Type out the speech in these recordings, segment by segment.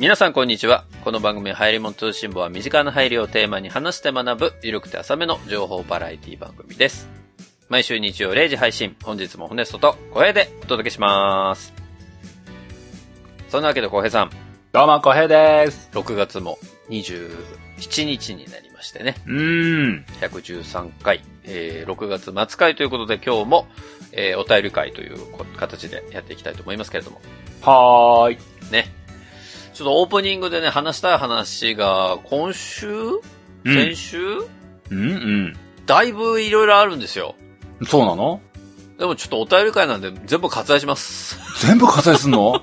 皆さんこんにちは。この番組は入り物通信簿は身近な入りをテーマに話して学ぶ緩くて浅めの情報バラエティ番組です。毎週日曜0時配信、本日もホネストと小平でお届けします。そんなわけで小平さん。 どうも小平です。 6月も27日になりましてね。113回、6月末回ということで今日も、お便り会という形でやっていきたいと思いますけれども。 はーい。 ね。ちょっとオープニングでね、話したい話が、今週、先週だいぶいろいろあるんですよ。 そうなの？ でもちょっとお便り会なんで全部割愛します。 全部割愛すんの？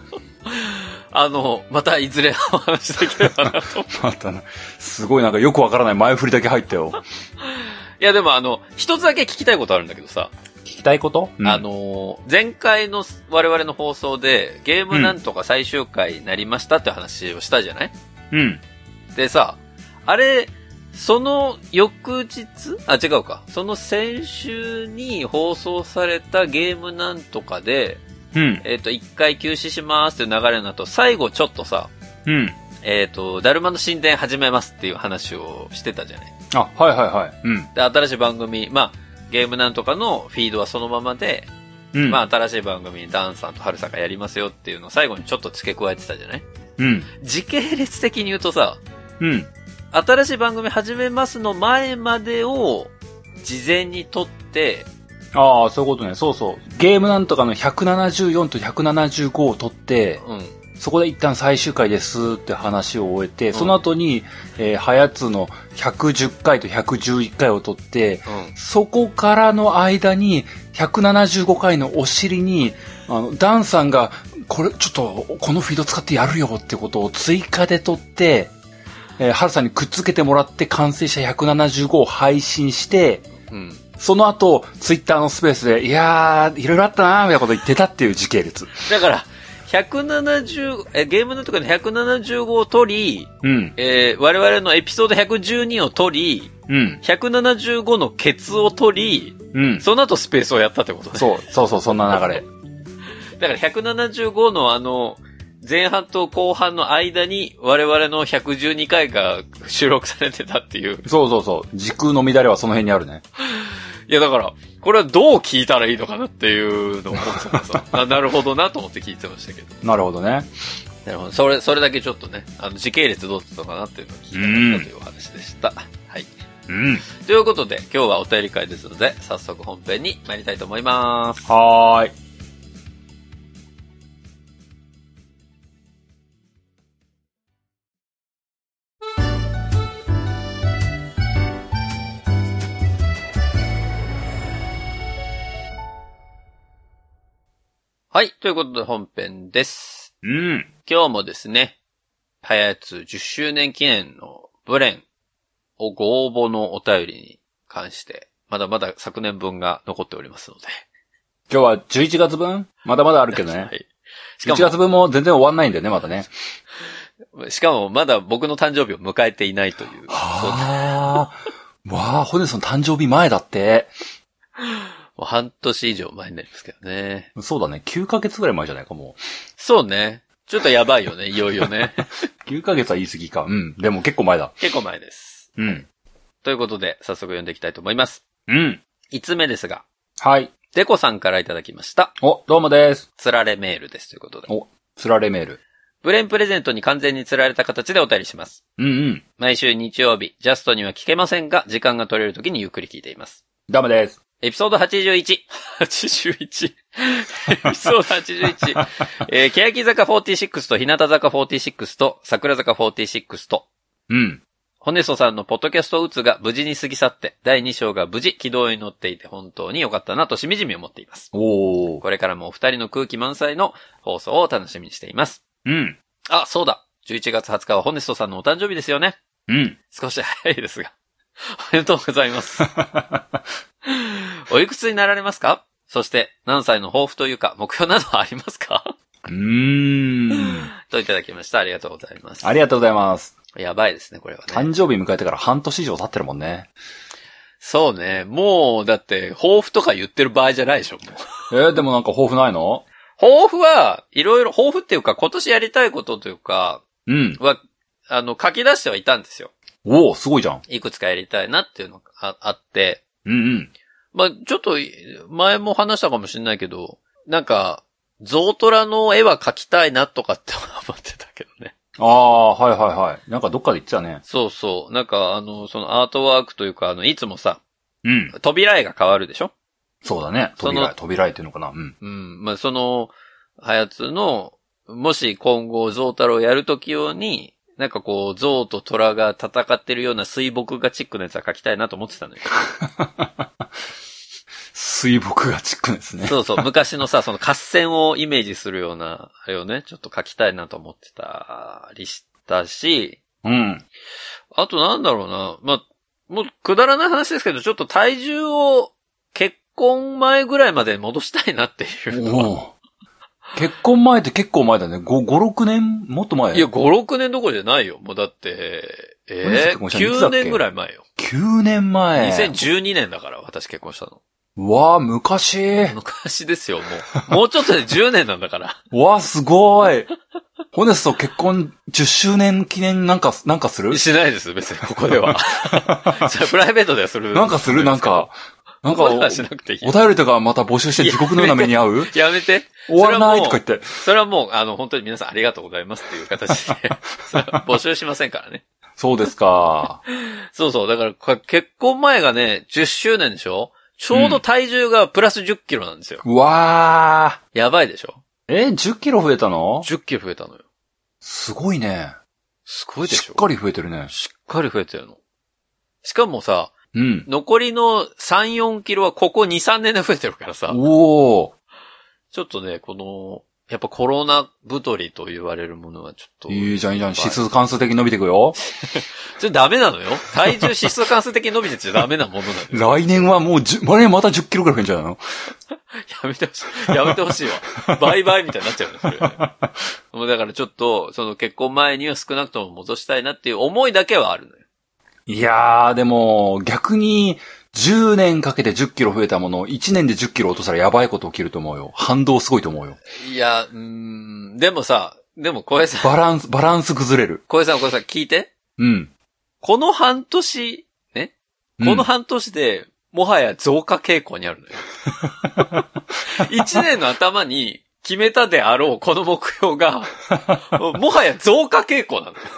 またいずれお話できればなと。 またな。すごいなんかよくわからない前振りだけ入ったよ。 いやでも一つだけ聞きたいことあるんだけどさ。 聞きたいこと？ 前回の我々の放送でゲームなんとか最終回になりましたって話をしたじゃない？ うん。 でさ、あれ、その翌日？あ、違うか。その先週に放送されたゲームなんとかで、一回休止しますっていう流れの後、最後ちょっとさ、だるまの神殿始めますっていう話をしてたじゃない？ あ、はいはいはい。 で、新しい番組、ゲームなんとかのフィードはそのままで、新しい番組にダンさんとハルさんがやりますよっていうのを最後にちょっと付け加えてたじゃない？時系列的に言うとさ、新しい番組始めますの前までを事前に撮って、 ああ、そういうことね。そうそう。ゲームなんとかの174と175を撮って、そこで一旦最終回ですって話を終えて、その後に、はやつの110回と111回を撮って、そこからの間に175回のお尻に、ダンさんが、これちょっとこのフィード使ってやるよってことを追加で撮って、ハルさんにくっつけてもらって完成した175を配信して、その後、ツイッターのスペースで、いやー、いろいろあったなーみたいなこと言ってたっていう時系列。 だから、170、ゲームのところで175を取り、我々のエピソード112を取り、175のケツを取り、その後スペースをやったってことね。 そう、そんな流れ。 だから175の前半と後半の間に我々の112回が収録されてたっていう。 そう。時空の乱れはその辺にあるね。 いやだから、これはどう聞いたらいいのかなっていうのを思ってたさ。なるほどなと思って聞いてましたけど。 なるほどね。 なるほど。それだけちょっとね、時系列どうだったのかなっていうのを聞きたかったというお話でした。はい。ということで、今日はお便り会ですので、早速本編に参りたいと思います。 はーい。 はい。ということで本編です。今日もですね、はやつ10周年記念のブレンをご応募のお便りに関して、まだまだ昨年分が残っておりますので。 今日は11月分？まだまだあるけどね。はい。しかも11月分も全然終わんないんだよね、まだね。 しかもまだ僕の誕生日を迎えていないという。 わー、ホネさん誕生日前だって。 もう半年以上前になりますけどね。 そうだね。9ヶ月ぐらい前じゃないか、もう。 そうね。ちょっとやばいよね、いよいよね。 9ヶ月は言い過ぎか。でも結構前だ。 結構前です。ということで、早速読んでいきたいと思います。5つ目ですが。 はい。 デコさんからいただきました。 どうもです。 つられメールですということで。 つられメール。 ブレンプレゼントに完全につられた形でお便りします。毎週日曜日、ジャストには聞けませんが、時間が取れる時にゆっくり聞いています。 どうもです。 エピソード81。エピソード81。欅坂46と日向坂46と桜坂46と。ホネソさんのポッドキャストうつが無事に過ぎ去って、第2章が無事軌道に乗っていて本当に良かったなとしみじみ思っています。これからもお二人の空気満載の放送を楽しみにしています。あ、そうだ。11月20日はホネソさんのお誕生日ですよね。少し早いですが。おめでとうございます。おいくつになられますか？そして、何歳の抱負というか、目標などはありますか？といただきました。ありがとうございます。 ありがとうございます。 やばいですね、これはね。 誕生日迎えてから半年以上経ってるもんね。 そうね。もう、だって、抱負とか言ってる場合じゃないでしょ、もう。でもなんか抱負ないの？ 抱負は、いろいろ、抱負っていうか、今年やりたいことというか、 うん。 は、書き出してはいたんですよ。 おお、すごいじゃん。 いくつかやりたいなっていうのがあって。 うんうん。 まあ、ちょっと、前も話したかもしれないけど、なんか、ゾウトラの絵は描きたいなとかって思ってたけどね。 ああ、はいはいはい。なんかどっかで言ってたね。 そうそう。なんか、そのアートワークというか、いつもさ、 うん。 扉絵が変わるでしょ？ そうだね。扉絵っていうのかな。うん。 うん。まあ、はやつの、もし今後ゾウタロをやるとき用に、なんかこう、ゾウとトラが戦ってるような水墨画チックのやつは描きたいなと思ってたのよ。 水墨画チックですね。 そうそう。昔のさ、その合戦をイメージするような、あれをね、ちょっと描きたいなと思ってたりしたし、 うん。 あとなんだろうな。まあ、もうくだらない話ですけど、ちょっと体重を結婚前ぐらいまで戻したいなっていうのは。 結婚前って結構前だね。5、6年もっと前？ いや、5、6年どころじゃないよ。もうだって、9年ぐらい前よ。 9年前。 2012年だから、私結婚したの。 うわぁ、昔ですよ、もう。もうちょっとで10年なんだから。 うわぁ、すごい。ホネスと結婚10周年記念なんかする？ しないです、別に、ここでは。じゃあ、プライベートではする。 なんかする？なんかしなくていい。 お便りとかまた募集して地獄のような目に遭う？ やめて。 終わらないとか言って。 それはもう、本当に皆さんありがとうございますっていう形で、募集しませんからね。 そうですか。 そうそう。だから結婚前がね、10周年でしょ？ちょうど体重がプラス10キロなんですよ。 うわー。やばいでしょ ？10キロ増えたの？ 10 キロ増えたのよ。 すごいね。 すごいでしょ？ しっかり増えてるね。 しっかり増えてるの。しかもさ、 うん。 残りの3、4キロはここ2、3年で増えてるからさ。 おー。 ちょっとね、やっぱコロナ太りと言われるものはちょっと。 いいじゃんいいじゃん。指数関数的に伸びていくよ。 それダメなのよ。体重指数関数的に伸びてちゃダメなものなのよ。来年はもうまた10キロくらい増えんじゃないの？ やめてほしいわ。バイバイみたいになっちゃうね、それ。もうだからちょっと、結婚前には少なくとも戻したいなっていう思いだけはあるのよ。 いやー、でも、逆に、10年かけて10キロ増えたものを1年で10キロ落としたらやばいこと起きると思うよ。反動すごいと思うよ。 いや、でも小江さん。バランス崩れる。 小江さん聞いて。 うん。 この半年、ね、この半年で、もはや増加傾向にあるのよ。1年の頭に決めたであろうこの目標が、もはや増加傾向なのよ。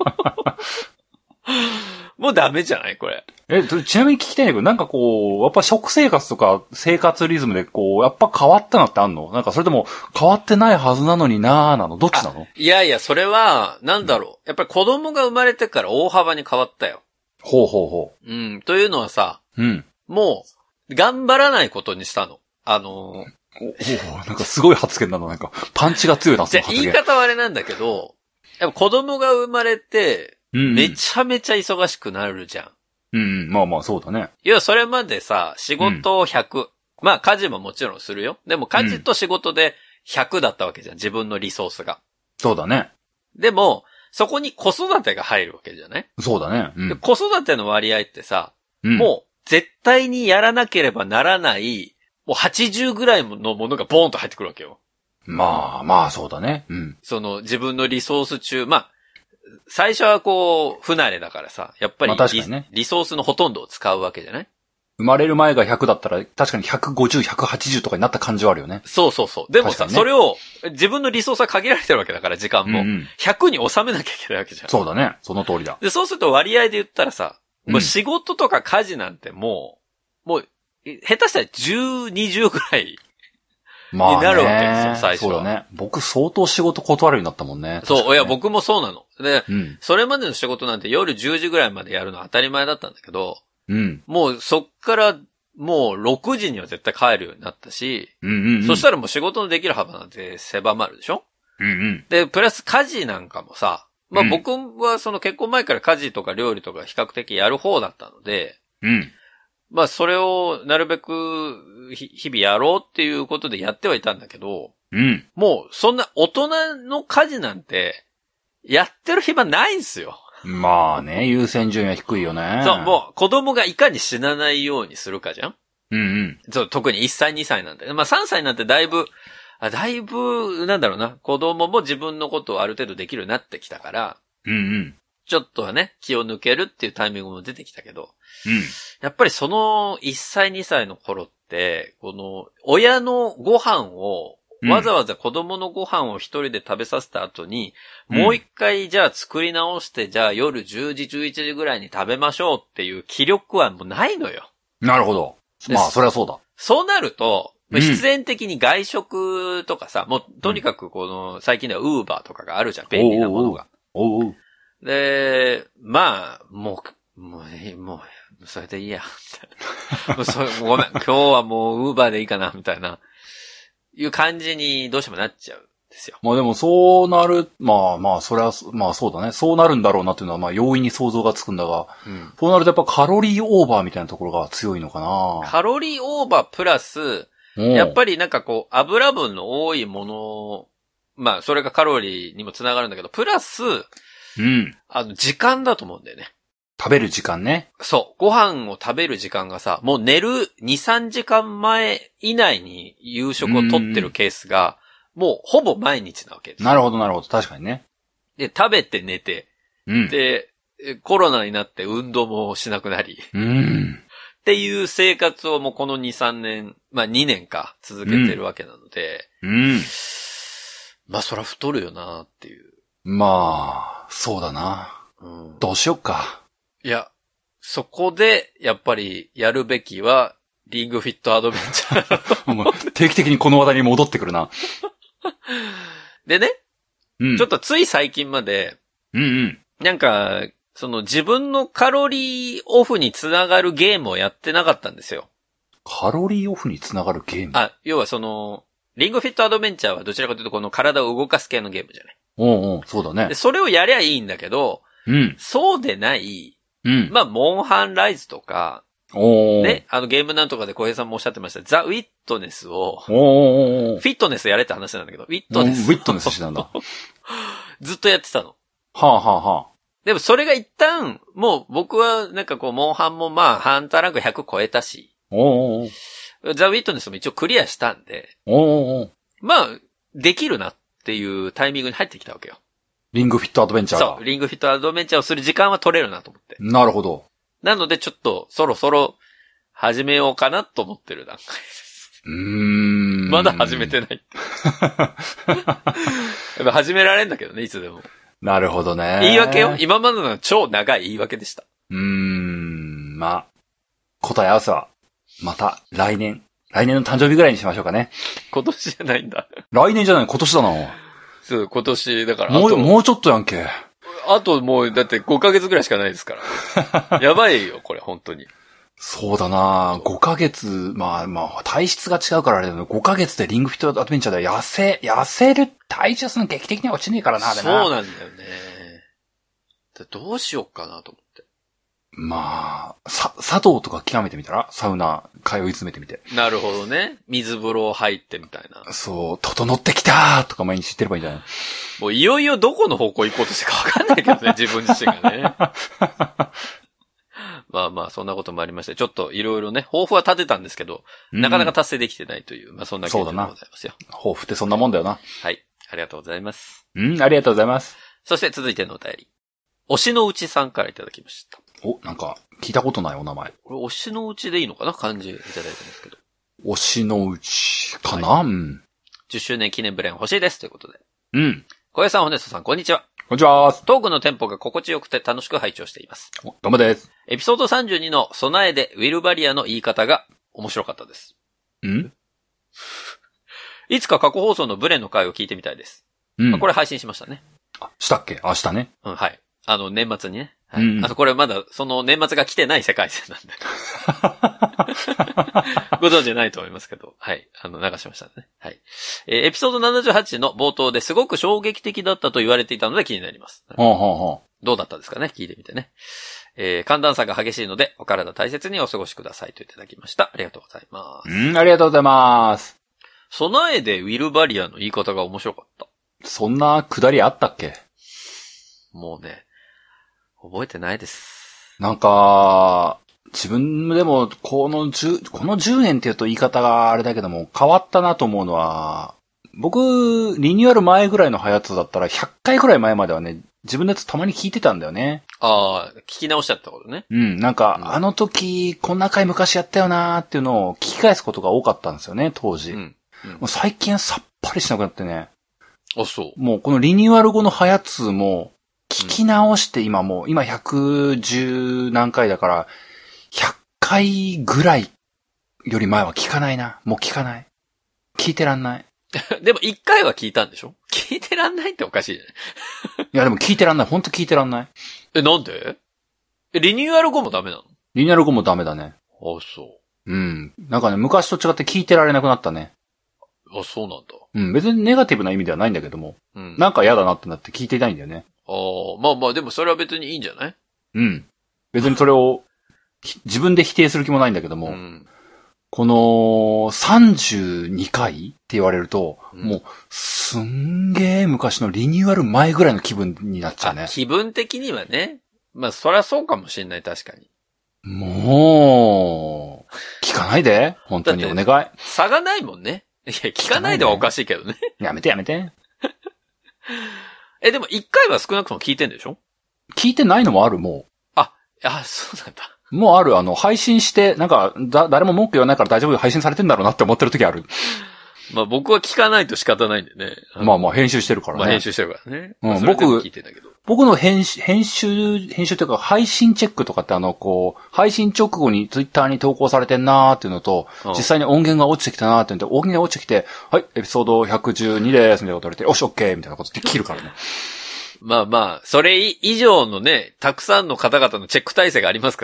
もうダメじゃないこれ。 ちなみに聞きたいんだけど、なんかこう、やっぱ食生活とか生活リズムでこう、やっぱ変わったのってあんの？なんかそれとも変わってないはずなのになーなの？どっちなの？ いやいや、それは、なんだろう。やっぱり子供が生まれてから大幅に変わったよ。 ほうほうほう。うん。というのはさ、 うん。 もう、頑張らないことにしたの。 なんかすごい発言なの、なんか、パンチが強いな、その発言。 言い方はあれなんだけど、やっぱ子供が生まれて、めちゃめちゃ忙しくなるじゃん。 うん、まあまあそうだね。 いや、それまでさ、仕事を100。まあ家事ももちろんするよ。でも家事と仕事で100だったわけじゃん。自分のリソースが。 そうだね。 でも、そこに子育てが入るわけじゃない？ そうだね。 で子育ての割合ってさ、もう絶対にやらなければならない、もう80ぐらいのものがボーンと入ってくるわけよ。 まあそうだね。うん。 自分のリソース中、まあ、最初はこう、不慣れだからさ、やっぱり確かにね、 リソースのほとんどを使うわけじゃない？ 生まれる前が100だったら、確かに150、180とかになった感じはあるよね。 そうそうそう。でもさ、ね、それを、自分のリソースは限られてるわけだから、時間も。100に収めなきゃいけないわけじゃん。 そうだね。その通りだ。 で、そうすると割合で言ったらさ、もう仕事とか家事なんてもう、下手したら10、20ぐらい。になるわけですよ、最初は。 そうだね。僕相当仕事断るようになったもんね。 そう、いや、僕もそうなの。で、それまでの仕事なんて夜10時ぐらいまでやるのは当たり前だったんだけど、もうそっからもう6時には絶対帰るようになったし、そしたらもう仕事のできる幅なんて狭まるでしょ？で、プラス家事なんかもさ、まあ僕は結婚前から家事とか料理とか比較的やる方だったので、まあそれをなるべく日々やろうっていうことでやってはいたんだけど、もうそんな大人の家事なんてやってる暇ないんすよ。 まあね、優先順位は低いよね。 そう、もう子供がいかに死なないようにするかじゃん？ そう、 特に1歳2歳なんて。まあ3歳なんてだいぶ、 だいぶ、なんだろうな、子供も自分のことをある程度できるようになってきたから、 うんうん。 ちょっとはね、気を抜けるっていうタイミングも出てきたけど、 うん。 やっぱりその1歳2歳の頃って、この親のご飯を、わざわざ子供のご飯を一人で食べさせた後に、もう一回じゃあ作り直して、じゃあ夜10時11時ぐらいに食べましょうっていう気力はもうないのよ。 なるほど。まあ、それはそうだ。 そうなると、必然的に外食とかさ、もうとにかくこの、最近ではウーバーとかがあるじゃん、便利なものが。 おう。 で、まあ、もう、それでいいや、みたいな。ごめん、今日はもうウーバーでいいかな、みたいな、いう感じにどうしてもなっちゃうんですよ。 まあでもそうなる、まあ、それは、まあそうだね。そうなるんだろうなっていうのは、まあ容易に想像がつくんだが、そうなるとやっぱカロリーオーバーみたいなところが強いのかな。 カロリーオーバープラス、やっぱりなんかこう、油分の多いもの、まあそれがカロリーにもつながるんだけど、プラス、時間だと思うんだよね。 食べる時間ね。 そう。ご飯を食べる時間がさ、もう寝る2、3時間前以内に夕食をとってるケースが、もうほぼ毎日なわけです。 なるほど、なるほど。確かにね。 で、食べて寝て、で、コロナになって運動もしなくなり、っていう生活をもうこの2、3年、まあ2年か続けてるわけなので、まあそら太るよなっていう。 まあ、そうだな。どうしよっか。 いや、そこで、やっぱりやるべきは、リングフィットアドベンチャーだと思う。 定期的にこの話題に戻ってくるな。 でね、ちょっとつい最近まで、なんか、その自分のカロリーオフにつながるゲームをやってなかったんですよ。 カロリーオフにつながるゲーム？ 要はその、リングフィットアドベンチャーはどちらかというとこの体を動かす系のゲームじゃない。 そうだね。 で、それをやりゃいいんだけど、そうでない、まあ、モンハンライズとか、ね、ゲームなんとかで小平さんもおっしゃってました、ザ・ウィットネスを、フィットネスやれって話なんだけど、ウィットネスしてたんだ。ずっとやってたの。でもそれが一旦、もう僕はなんかこう、モンハンもまあ、ハンターランク100超えたし、ザ・ウィットネスも一応クリアしたんで、まあ、できるなっていうタイミングに入ってきたわけよ。 リングフィットアドベンチャーが。 そう、リングフィットアドベンチャーをする時間は取れるなと思って。 なるほど。 なのでちょっとそろそろ始めようかなと思ってる段階です。まだ始めてない。やっぱ始められんだけどね、いつでも。 なるほどね。 言い訳よ。今までの超長い言い訳でした。 まあ、答え合わせは、また来年の誕生日ぐらいにしましょうかね。 今年じゃないんだ。 来年じゃない、今年だな。 そう、今年、だから。 もうちょっとやんけ。 あともう、だって5ヶ月ぐらいしかないですから。やばいよ、これ、本当に。 そうだな5ヶ月、まあ、体質が違うからあれだけど、5ヶ月でリングフィットアドベンチャーで痩せる体重数の劇的には落ちねえからな、あれな。 そうなんだよね。どうしよっかなと思って。 まあ、茶道とか極めてみたらサウナ通い詰めてみて。 なるほどね。水風呂入ってみたいな。 そう、整ってきたーとか毎日言ってればいいんじゃない？ もういよいよどこの方向行こうとしてかわかんないけどね、自分自身がね。まあまあ、そんなこともありまして、ちょっといろいろね、抱負は立てたんですけど、なかなか達成できてないという、まあそんな現状でございますよ。 抱負ってそんなもんだよな。 はい。ありがとうございます。 ありがとうございます。 そして続いてのお便り。推しのうちさんからいただきました。 なんか、聞いたことないお名前。 これ推しのうちでいいのかな？漢字いただいてますけど。 推しのうちかな、 はい、10周年記念ブレン欲しいです。ということで。小屋さん、ホネストさん、こんにちは。 こんにちは。 トークのテンポが心地よくて楽しく拝聴しています。 どうもです。 エピソード32の備えでウィルバリアの言い方が面白かったです。いつか過去放送のブレンの回を聞いてみたいです。これ配信しましたね。 したっけ？したね。 はい。年末にね。はい。これまだ、その年末が来てない世界線なんで。ご存知ないと思いますけど。はい。流しましたね。はい。エピソード78の冒頭ですごく衝撃的だったと言われていたので気になります。 どうだったですかね？聞いてみてね。寒暖差が激しいので、お体大切にお過ごしくださいといただきました。ありがとうございます。 ありがとうございます。 備えでウィルバリアの言い方が面白かった。 そんなくだりあったっけ？ もうね、覚えてないです。 なんか、自分でもこの10年って言うと言い方があれだけども、変わったなと思うのは、 僕、リニューアル前ぐらいのハヤツだったら100回ぐらい前まではね、自分のやつたまに聞いてたんだよね。 ああ、聞き直しちゃったことね。 うん、なんか、あの時、こんな回昔やったよなーっていうのを聞き返すことが多かったんですよね、当時。もう最近さっぱりしなくなってね。 あ、そう。 もうこのリニューアル後のハヤツも、聞き直して今110何回だから、100回ぐらいより前は聞かないな。もう聞かない。聞いてらんない。 でも1回は聞いたんでしょ？聞いてらんないっておかしいじゃない？ いやでも聞いてらんない。ほんと聞いてらんない。 なんで？リニューアル後もダメなの？ リニューアル後もダメだね。 あ、そう。うん。なんかね、昔と違って聞いてられなくなったね。 あ、そうなんだ。 うん、別にネガティブな意味ではないんだけども。うん。なんか嫌だなってなって聞いていないんだよね。 ああ、まあまあでもそれは別にいいんじゃない？ うん。別にそれを自分で否定する気もないんだけども。うん。この32回って言われると、もうすんげー昔のリニューアル前ぐらいの気分になっちゃうね。 気分的にはね。まあそりゃそうかもしれない、確かに。 もう、聞かないで本当にお願い。 差がないもんね。いや、聞かないではおかしいけどね。 やめてやめて。 でも1回は少なくとも聞いてんでしょ？ 聞いてないのもある、もう。 あ、そうなんだ。 もうある、配信して、なんか、誰も文句言わないから大丈夫配信されてんだろうなって思ってる時ある。 まあ僕は聞かないと仕方ないんでね。 まあまあ編集してるからね。 まあ編集してるからね。 うん、僕の編集というか配信チェックとかって配信直後にツイッターに投稿されてんなーっていうのと、実際に音源が落ちてきたなーって言って、音源が落ちてきて、はい、エピソード112です、みたいなこと言われて、よし、オッケーみたいなことって切るからね。 まあまあ、それ以上のね、たくさんの方々のチェック体制がありますから。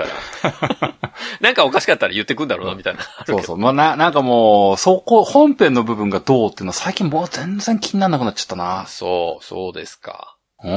なんかおかしかったら言ってくんだろうな、みたいな。 そうそう。まあなんかもう、本編の部分がどうっていうのは最近もう全然気にならなくなっちゃったな。 そうですか。 うん。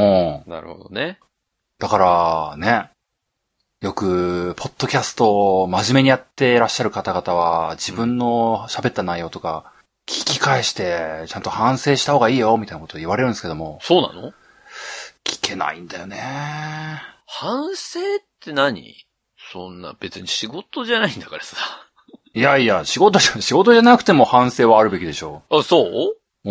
なるほどね。 だから、ね。よく、ポッドキャストを真面目にやっていらっしゃる方々は、自分の喋った内容とか、聞き返して、ちゃんと反省した方がいいよ、みたいなことを言われるんですけども。 そうなの？ 聞けないんだよね。 反省って何？そんな別に仕事じゃないんだからさ。 いやいや、仕事じゃなくても反省はあるべきでしょ。 あ、そう？ うん。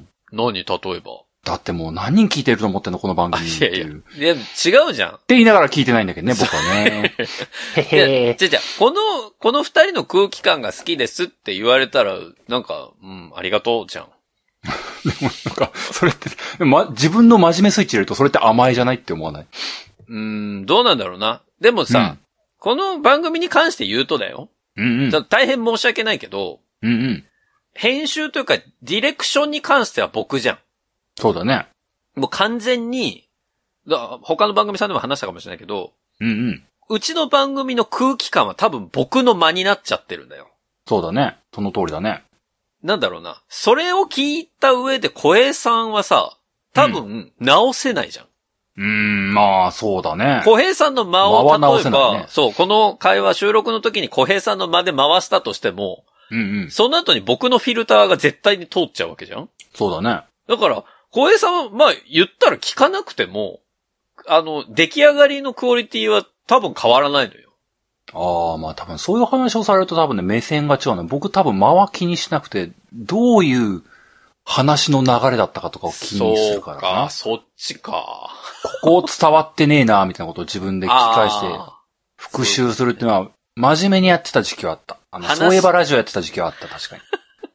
何例えば？ だってもう何人聞いてると思ってんのこの番組っていう。 いや、違うじゃん。って言いながら聞いてないんだけどね、僕はね。へへー。じゃこの二人の空気感が好きですって言われたら、なんか、ありがとうじゃん。 でもなんか、それって、自分の真面目スイッチ入れるとそれって甘えじゃないって思わない？ どうなんだろうな。でもさ、この番組に関して言うとだよ。大変申し訳ないけど、編集というか、ディレクションに関しては僕じゃん。 そうだね。 もう完全に、他の番組さんでも話したかもしれないけど、うちの番組の空気感は多分僕の間になっちゃってるんだよ。 そうだね。その通りだね。 なんだろうな。それを聞いた上で小平さんはさ、多分直せないじゃん。 まあそうだね。 小平さんの間を例えば、そう、この会話収録の時に小平さんの間で回したとしても、その後に僕のフィルターが絶対に通っちゃうわけじゃん。 そうだね。 だから、小平さんは、まあ言ったら聞かなくても、出来上がりのクオリティは多分変わらないのよ。 ああ、まあ多分そういう話をされると多分ね、目線が違うの。僕多分間は気にしなくて、どういう話の流れだったかとかを気にするからな。 そっちか。 ここ伝わってねえな、みたいなことを自分で聞き返して、復習するっていうのは、真面目にやってた時期はあった。そういえばラジオやってた時期はあった、確かに。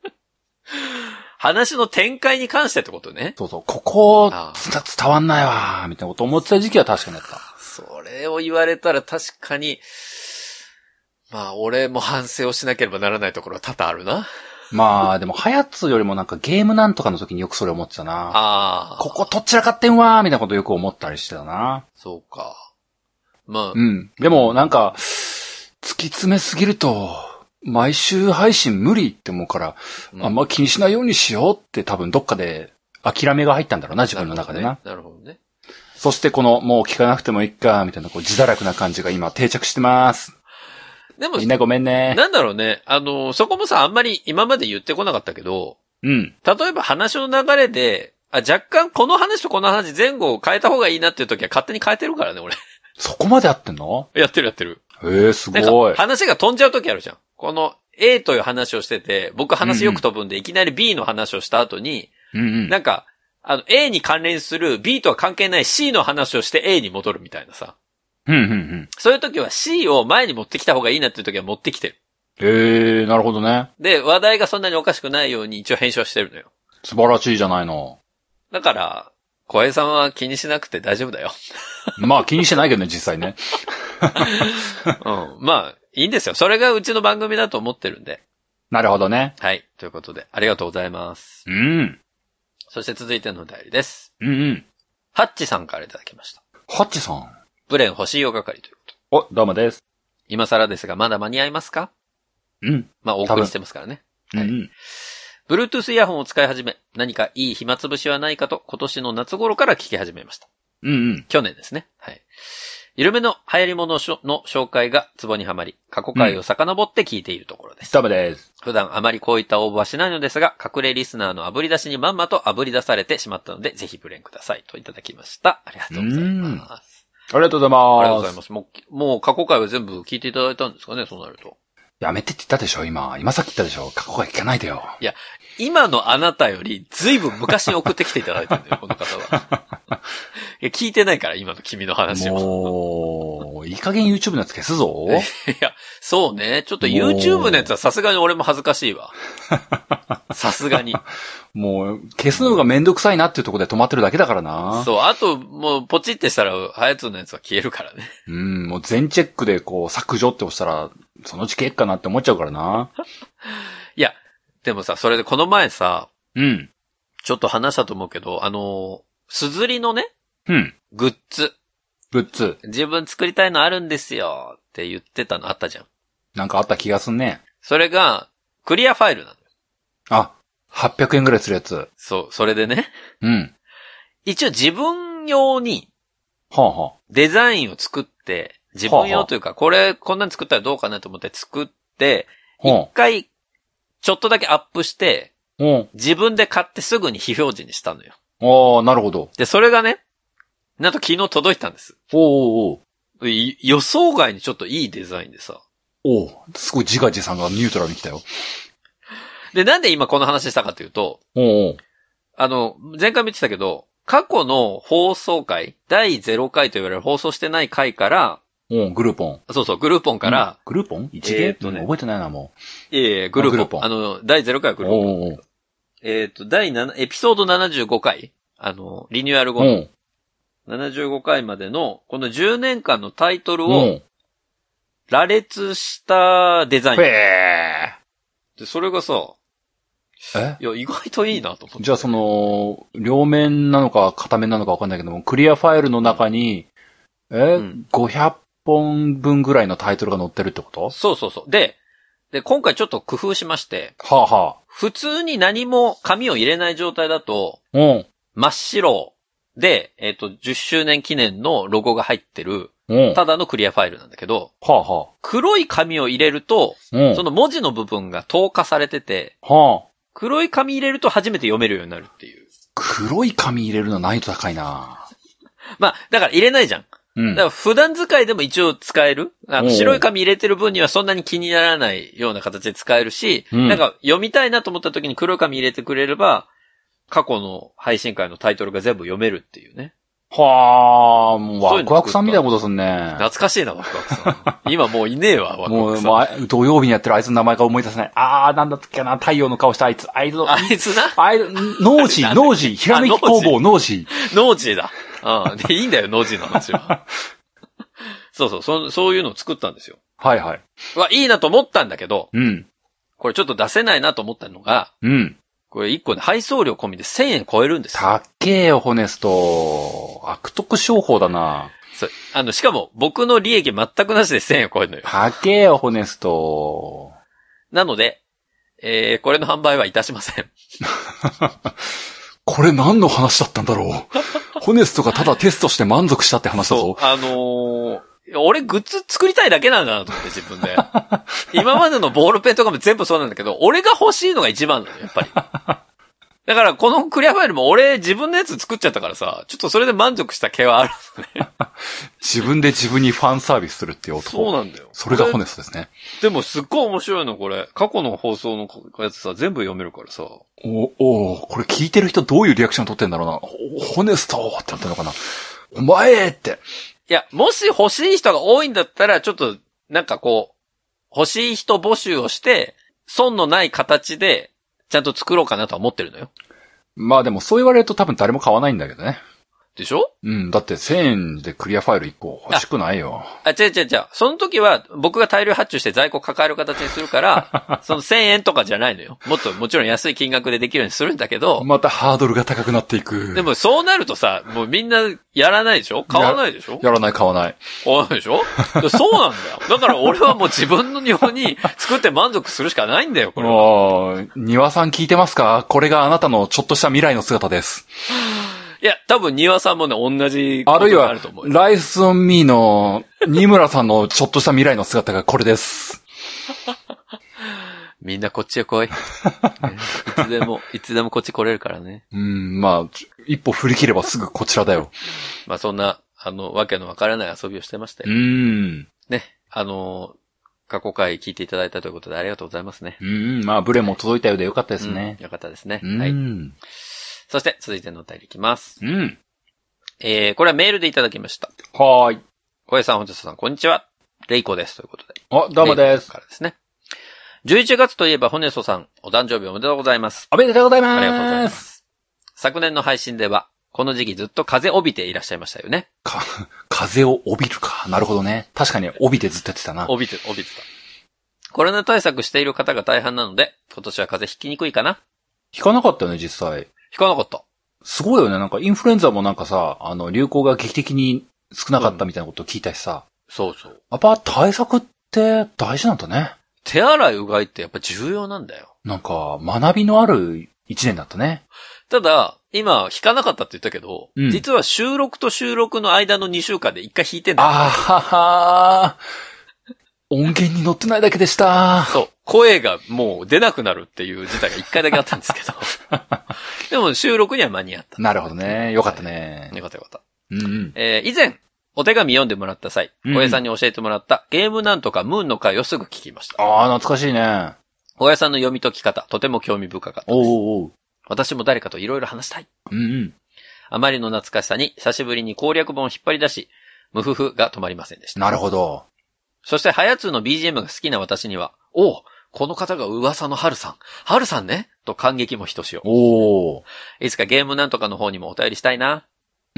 話の展開に関してってことね。 そうそう。ここ、伝わんないわ、みたいなこと思ってた時期は確かにあった。 それを言われたら確かに、まあ、俺も反省をしなければならないところは多々あるな。 まあ、でも、ハヤツよりもなんかゲームなんとかの時によくそれ思ってたな。ここどっちらかってんわー、みたいなことよく思ったりしてたな。 そうか。まあ。 でも、なんか、突き詰めすぎると、毎週配信無理って思うから、あんま気にしないようにしようって多分どっかで諦めが入ったんだろうな、自分の中でな。 なるほどね。 そしてこの、もう聞かなくてもいいか、みたいな、自堕落な感じが今定着してます。でも、みんなごめんね。 なんだろうね。そこもさ、あんまり今まで言ってこなかったけど、例えば話の流れで、若干この話とこの話前後を変えた方がいいなっていう時は勝手に変えてるからね、俺。 そこまでやってんの？ やってる。 すごい。 話が飛んじゃう時あるじゃん。この A という話をしてて、僕話よく飛ぶんで、いきなり B の話をした後に、なんか、A に関連する B とは関係ない C の話をして A に戻るみたいなさ。そういう時は C を前に持ってきた方がいいなっていう時は持ってきてる。 なるほどね。 で、話題がそんなにおかしくないように一応編集はしてるのよ。 素晴らしいじゃないの。 だから、小平さんは気にしなくて大丈夫だよ。 まあ気にしてないけどね、実際ね。 まあ、いいんですよ。それがうちの番組だと思ってるんで。 なるほどね。 はい。ということで、ありがとうございます。そして続いてのお便りです。ハッチさんからいただきました。 ハッチさん。 ブレン欲しいよ係ということ。どうもです。 今更ですが、まだ間に合いますか？まあ、お送りしてますからね。はい。Bluetooth イヤホンを使い始め、何かいい暇つぶしはないかと、今年の夏頃から聞き始めました。去年ですね。はい。緩めの流行り物の紹介がツボにはまり、過去回を遡って聞いているところです。 ダメです。 普段あまりこういった応募はしないのですが、隠れリスナーの炙り出しにまんまと炙り出されてしまったので、ぜひブレンくださいといただきました。ありがとうございます。 ありがとうございます。 ありがとうございます。もう過去回は全部聞いていただいたんですかね、そうなると。 やめてって言ったでしょ、今さっき言ったでしょ。過去回聞かないでよ。 いや、今のあなたより随分昔に送ってきていただいてるんだよ、この方は。いや、聞いてないから、今の君の話を。 もう、いい加減 YouTube のやつ消すぞ。 いや、そうね。ちょっと YouTube のやつはさすがに俺も恥ずかしいわ。さすがに。 もう、消すのがめんどくさいなっていうところで止まってるだけだからな。 そう、あと、もう、ポチってしたら、ハヤツのやつは消えるからね。 もう全チェックでこう、削除って押したら、そのうち消えっかなって思っちゃうからな。 いや、でもさ、それでこの前さ、ちょっと話したと思うけど、すずりのね、グッズ。自分作りたいのあるんですよって言ってたのあったじゃん。 なんかあった気がすんね。 それが、クリアファイルなのよ。 あ、800円ぐらいするやつ。 そう、それでね。一応自分用に、デザインを作って、自分用というか、こんなに作ったらどうかなと思って作って、一回、ちょっとだけアップして、自分で買ってすぐに非表示にしたのよ。 ああ、なるほど。 で、それがね、なんと昨日届いたんです。予想外にちょっといいデザインでさ。 すごい自画自賛がニュートラルに来たよ。 で、なんで今この話したかというと、前回も言ってたけど、過去の放送回、第0回と言われる放送してない回から、 グルーポン。 そうそう、グルーポンから、 グルーポン一芸覚えてないな、もう。グルーポン。第0回はグルーポン。エピソード75回、リニューアル後の、75回までの、この10年間のタイトルを、羅列したデザイン。で、それがさ、いや、意外といいなと思って。 じゃあ両面なのか片面なのかわかんないけども、クリアファイルの中に、500本分ぐらいのタイトルが載ってるってこと？ そうそうそう。で、今回ちょっと工夫しまして、普通に何も紙を入れない状態だと、真っ白で、10周年記念のロゴが入ってる、ただのクリアファイルなんだけど、黒い紙を入れると、その文字の部分が透過されてて、黒い紙入れると初めて読めるようになるっていう。 黒い紙入れるの難易度高いな。 まあ、だから入れないじゃん。だから普段使いでも一応使える。白い紙入れてる分にはそんなに気にならないような形で使えるし、なんか読みたいなと思った時に黒い紙入れてくれれば、過去の配信会のタイトルが全部読めるっていうね。 もうワクワクさんみたいなことすんね。 懐かしいな、ワクワクさん。今もういねえわ、ワクワクさん。 もう土曜日にやってるあいつの名前が思い出せない。なんだったっけな、太陽の顔したあいつ。 あいつな。 ノージー、ひらめき工房ノージー。 ノージーだ。で、いいんだよ、ノージーの話は。そういうのを作ったんですよ。いいなと思ったんだけど、これちょっと出せないなと思ったのが、これ1個で配送料込みで1000円超えるんですよ。 たっけーよ、ホネスト。悪徳商法だな。 しかも僕の利益全くなしで1000円超えるのよ。 たっけーよ、ホネスト。 なので、これの販売はいたしません。 これ何の話だったんだろう。ホネストがただテストして満足したって話だぞ。 俺グッズ作りたいだけなんだなと思って自分で。今までのボールペンとかも全部そうなんだけど、俺が欲しいのが一番なのよ、やっぱり。 だからこのクリアファイルも俺自分のやつ作っちゃったからさ、ちょっとそれで満足した気はあるね。 自分で自分にファンサービスするっていう男。 そうなんだよ。 それがホネストですね。 でもすっごい面白いのこれ。過去の放送のやつさ、全部読めるからさ。 これ聞いてる人どういうリアクション取ってんだろうな。ホネストってなってるのかな。お前って。 いや、もし欲しい人が多いんだったら、ちょっと、なんかこう、欲しい人募集をして、損のない形で、ちゃんと作ろうかなとは思ってるのよ。 まあでもそう言われると多分誰も買わないんだけどね。 でしょ？ うん。だって1000円でクリアファイル1個欲しくないよ。 違う。その時は僕が大量発注して在庫抱える形にするから、その1000円とかじゃないのよ。もちろん安い金額でできるようにするんだけど。 またハードルが高くなっていく。 でもそうなるとさ、もうみんなやらないでしょ？買わないでしょ？ やらない、買わない。 買わないでしょ？そうなんだよ。だから俺はもう自分のように作って満足するしかないんだよ、これは。 庭さん聞いてますか？これがあなたのちょっとした未来の姿です。 いや、多分庭さんもね、同じことがあると思う。 あるいは、ライスオンミーの、二村さんのちょっとした未来の姿がこれです。 みんなこっちへ来い。いつでもこっち来れるからね。 まあ、一歩振り切ればすぐこちらだよ。 まあそんな、わけのわからない遊びをしてましたよ。ね。過去回聞いていただいたということでありがとうございますね。 まあ、ブレも届いたようでよかったですね。 よかったですね。はい。そして、続いてのお便りいきます。これはメールでいただきました。 はーい。 小江さん、本日さん、こんにちは。レイコです。ということで。 どうもです。 からですね。11月といえば、ホネソさん、お誕生日おめでとうございます。 おめでとうございます。 ありがとうございます。昨年の配信では、この時期ずっと風を帯びていらっしゃいましたよね。 風を帯びるか。なるほどね。確かに帯びてずっとやってたな。 帯びてた。コロナ対策している方が大半なので、今年は風邪ひきにくいかな？ ひかなかったよね、実際。 ひかなかった。 すごいよね。なんかインフルエンザもなんかさ、流行が劇的に少なかったみたいなことを聞いたしさ。 そう。 やっぱ対策って大事なんだね。 手洗いうがいってやっぱ重要なんだよ。 なんか、学びのある一年だったね。 ただ、今、弾かなかったって言ったけど、実は収録と収録の間の2週間で1回弾いてんだよ。 音源に載ってないだけでした。 そう。声がもう出なくなるっていう事態が1回だけあったんですけど。でも収録には間に合った。 なるほどね。よかったね。 よかった。以前、お手紙読んでもらった際、小江さんに教えてもらったゲームなんとかムーンの回をすぐ聞きました。 懐かしいね。 小江さんの読み解き方、とても興味深かったです。私も誰かといろいろ話したい。あまりの懐かしさに久しぶりに攻略本を引っ張り出し、無夫婦が止まりませんでした。 なるほど。 そして、はやつの BGM が好きな私には、この方が噂の春さん。春さんねと感激もひとしお。いつかゲームなんとかの方にもお便りしたいな。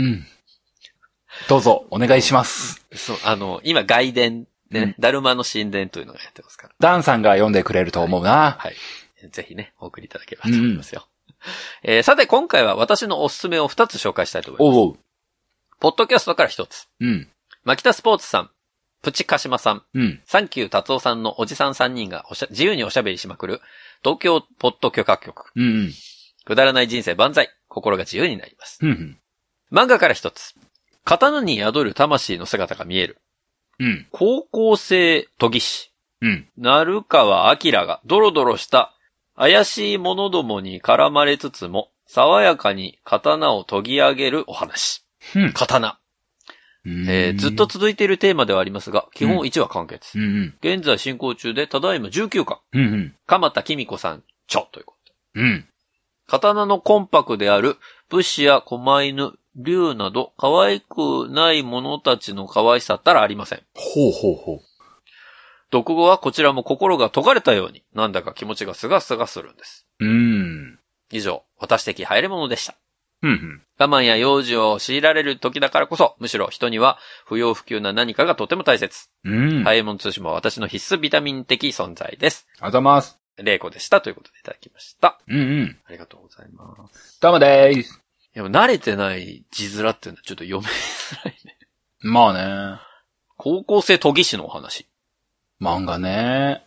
どうぞ、お願いします。 そう、今、外伝でね、だるまの神殿というのがやってますから。 ダンさんが読んでくれると思うな。 はい。ぜひね、お送りいただければと思いますよ。さて、今回は私のおすすめを2つ紹介したいと思います。ポッドキャストから1つ。マキタスポーツさん。プチカシマさん、サンキュー達夫さんのおじさん3人が自由におしゃべりしまくる東京ポッド許可局。くだらない人生万歳。心が自由になります。漫画から一つ。刀に宿る魂の姿が見える。高校生研ぎ師。鳴川明がドロドロした怪しい者どもに絡まれつつも爽やかに刀を研ぎ上げるお話。刀。ずっと続いているテーマではありますが、基本1話完結。現在進行中で、ただいま19巻。鎌田紀美子さん、ということで。刀のコンパクである、武士や狛犬、竜など、可愛くない者たちの可愛さったらありません。読後はこちらも心が解かれたように、なんだか気持ちがすがすがするんです。以上、私的入れ物でした。我慢や幼児を強いられる時だからこそ、むしろ人には不要不急な何かがとても大切。ハイエモン通信も私の必須ビタミン的存在です。 ありがとうございます。 レイコでしたということでいただきました。ありがとうございます。 どうもでーす。 いや、慣れてない字面っていうのはちょっと読めづらいね。 まあね。 高校生研ぎ師のお話。 漫画ね。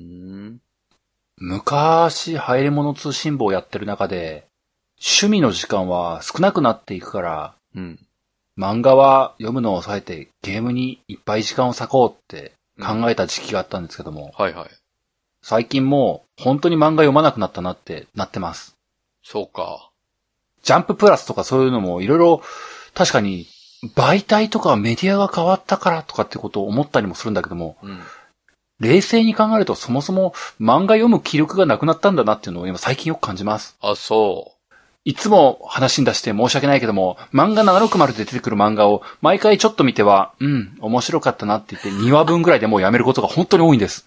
昔、入り物通信簿をやってる中で、趣味の時間は少なくなっていくから、漫画は読むのを抑えてゲームにいっぱい時間を割こうって考えた時期があったんですけども、最近もう本当に漫画読まなくなったなってなってます。 そうか。 ジャンププラスとかそういうのもいろいろ、確かに、媒体とかメディアが変わったからとかってことを思ったりもするんだけども、うん、冷静に考えるとそもそも漫画読む気力がなくなったんだなっていうのを今最近よく感じます。 あ、そう。 いつも話に出して申し訳ないけども、漫画760で出てくる漫画を毎回ちょっと見ては、面白かったなって言って2話分ぐらいでもうやめることが本当に多いんです。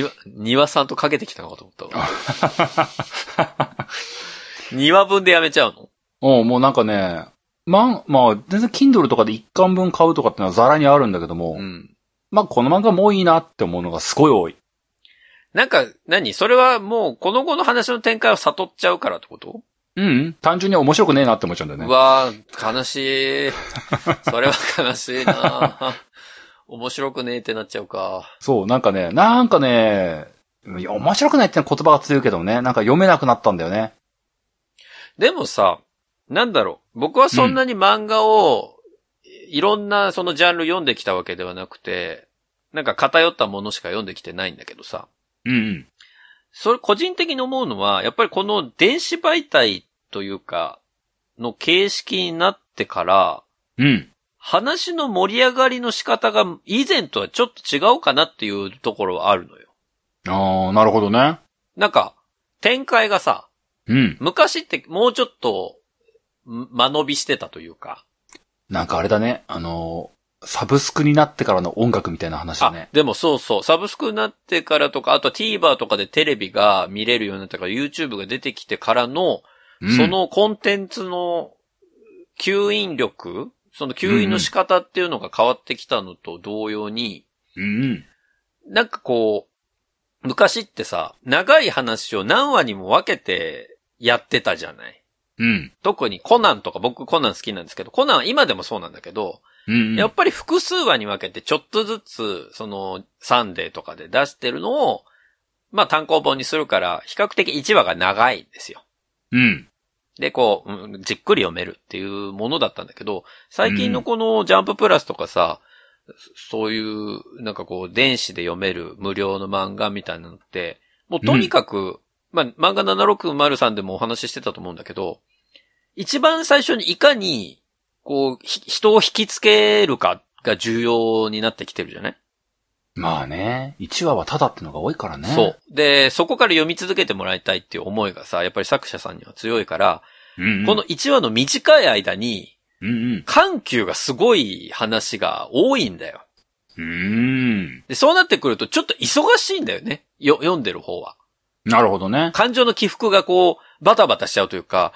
2話さんとかけてきたのかと思ったわ。2話分でやめちゃうの？もうなんかね、まあ、全然 Kindle とかで1巻分買うとかってのはザラにあるんだけども、まあこの漫画もういいなって思うのがすごい多い。 なんか、それはもうこの後の話の展開を悟っちゃうからってこと？ 単純に面白くねえなって思っちゃうんだよね。 うわぁ、悲しい。それは悲しいな面白くねえってなっちゃうか。 そう、なんかね、面白くないって言葉が強いけどね、なんか読めなくなったんだよね。 でもさ、なんだろう。僕はそんなに漫画を、いろんなそのジャンル読んできたわけではなくて、なんか偏ったものしか読んできてないんだけどさ。それ個人的に思うのは、やっぱりこの電子媒体というか、の形式になってから、話の盛り上がりの仕方が以前とはちょっと違うかなっていうところはあるのよ。 ああ、なるほどね。 なんか、展開がさ、昔ってもうちょっと、間延びしてたというか。 なんかあれだね、サブスクになってからの音楽みたいな話だね。 でもそうそう、サブスクになってからとか、あとは TVer とかでテレビが見れるようになったから、YouTube が出てきてからの、そのコンテンツの吸引力、その吸引の仕方っていうのが変わってきたのと同様に、なんかこう、昔ってさ、長い話を何話にも分けてやってたじゃない。特にコナンとか、僕コナン好きなんですけど、コナンは今でもそうなんだけど、やっぱり複数話に分けてちょっとずつ、そのサンデーとかで出してるのを、まあ単行本にするから、比較的1話が長いんですよ。で、こう、じっくり読めるっていうものだったんだけど、最近のこのジャンププラスとかさ、そういう、なんかこう、電子で読める無料の漫画みたいなのって、もうとにかく、まあ、漫画760でもお話ししてたと思うんだけど、一番最初にいかに、こう、人を引きつけるかが重要になってきてるじゃない？ まあね、1話はただってのが多いからね。 そう。で、そこから読み続けてもらいたいっていう思いがさ、やっぱり作者さんには強いから、この1話の短い間に、緩急がすごい話が多いんだよ。で、そうなってくるとちょっと忙しいんだよね。読んでる方は。 なるほどね。 感情の起伏がこう、バタバタしちゃうというか、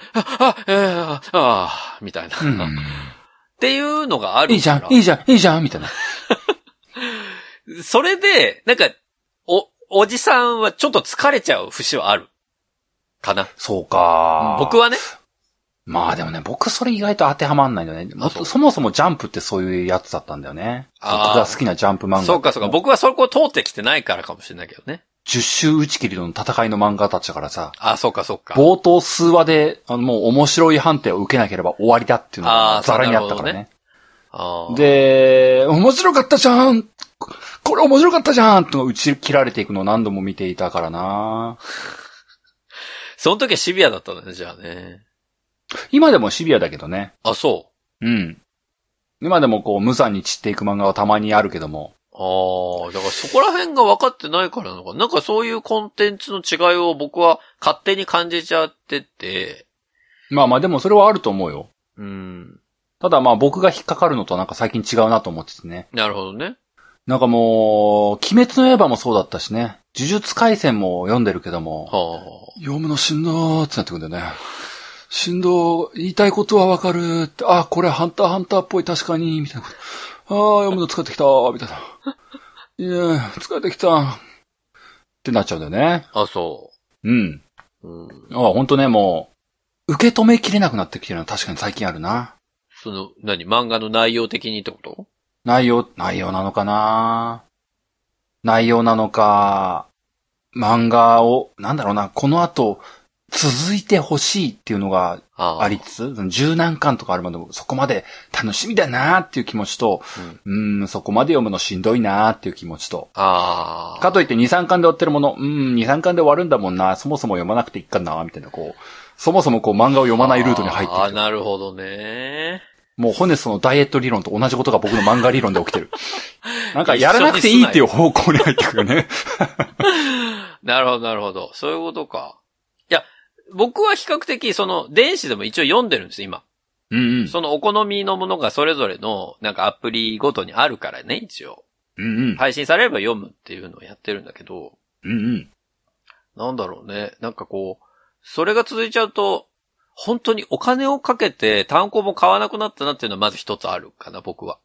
みたいな。っていうのがあるから。 いいじゃん、みたいな。 それで、なんか、おじさんはちょっと疲れちゃう節はある。かな。 そうか。 僕はね。 まあでもね、僕それ意外と当てはまんないんだよね。そもそもジャンプってそういうやつだったんだよね。僕が好きなジャンプ漫画。 そうか。僕はそこを通ってきてないからかもしれないけどね。 10周打ち切りの戦いの漫画だったからさ。 そうか。 冒頭数話で、もう面白い判定を受けなければ終わりだっていうのがザラにあったからね。で、面白かったじゃん！これ面白かったじゃん！と打ち切られていくのを何度も見ていたからな。 その時はシビアだったんだね、じゃあね。 今でもシビアだけどね。 そう。 今でもこう無残に散っていく漫画はたまにあるけども。 だからそこら辺が分かってないからなのか。なんかそういうコンテンツの違いを僕は勝手に感じちゃってて。 まあでもそれはあると思うよ。ただまあ僕が引っかかるのとなんか最近違うなと思っててね。 なるほどね。 なんかもう、鬼滅の刃もそうだったしね。呪術廻戦も読んでるけども。読むのしんどーってなってくるんだよね。しんどー、言いたいことはわかるって、これハンターっぽい確かに、みたいなこと。読むの疲れてきたー、みたいな。いや疲れてきたってなっちゃうんだよね。 そう。 ほんとね、もう、受け止めきれなくなってきてるのは確かに最近あるな。 漫画の内容的にってこと？ 内容なのかな？内容なのか、漫画を、なんだろうな、この後、続いてほしいっていうのがありつつ、十何巻とかあるまでそこまで楽しみだなーっていう気持ちと、そこまで読むのしんどいなーっていう気持ちと、かといって2、3巻で終わってるもの、2、3巻で終わるんだもんな、そもそも読まなくていいかな、みたいな、こう、 そもそもこう漫画を読まないルートに入ってる。 なるほどね。 もうホネストのダイエット理論と同じことが僕の漫画理論で起きてる。なんかやらなくていいっていう方向に入ってくるね。 なるほど、なるほど。そういうことか。いや、僕は比較的電子でも一応読んでるんです、今。 うんうん。 そのお好みのものがそれぞれのなんかアプリごとにあるからね、一応。 うんうん。 配信されれば読むっていうのをやってるんだけど。 うんうん。 なんだろうね。なんかこう、それが続いちゃうと、本当にお金をかけて単行本買わなくなったなっていうのはまず一つあるかな、僕は。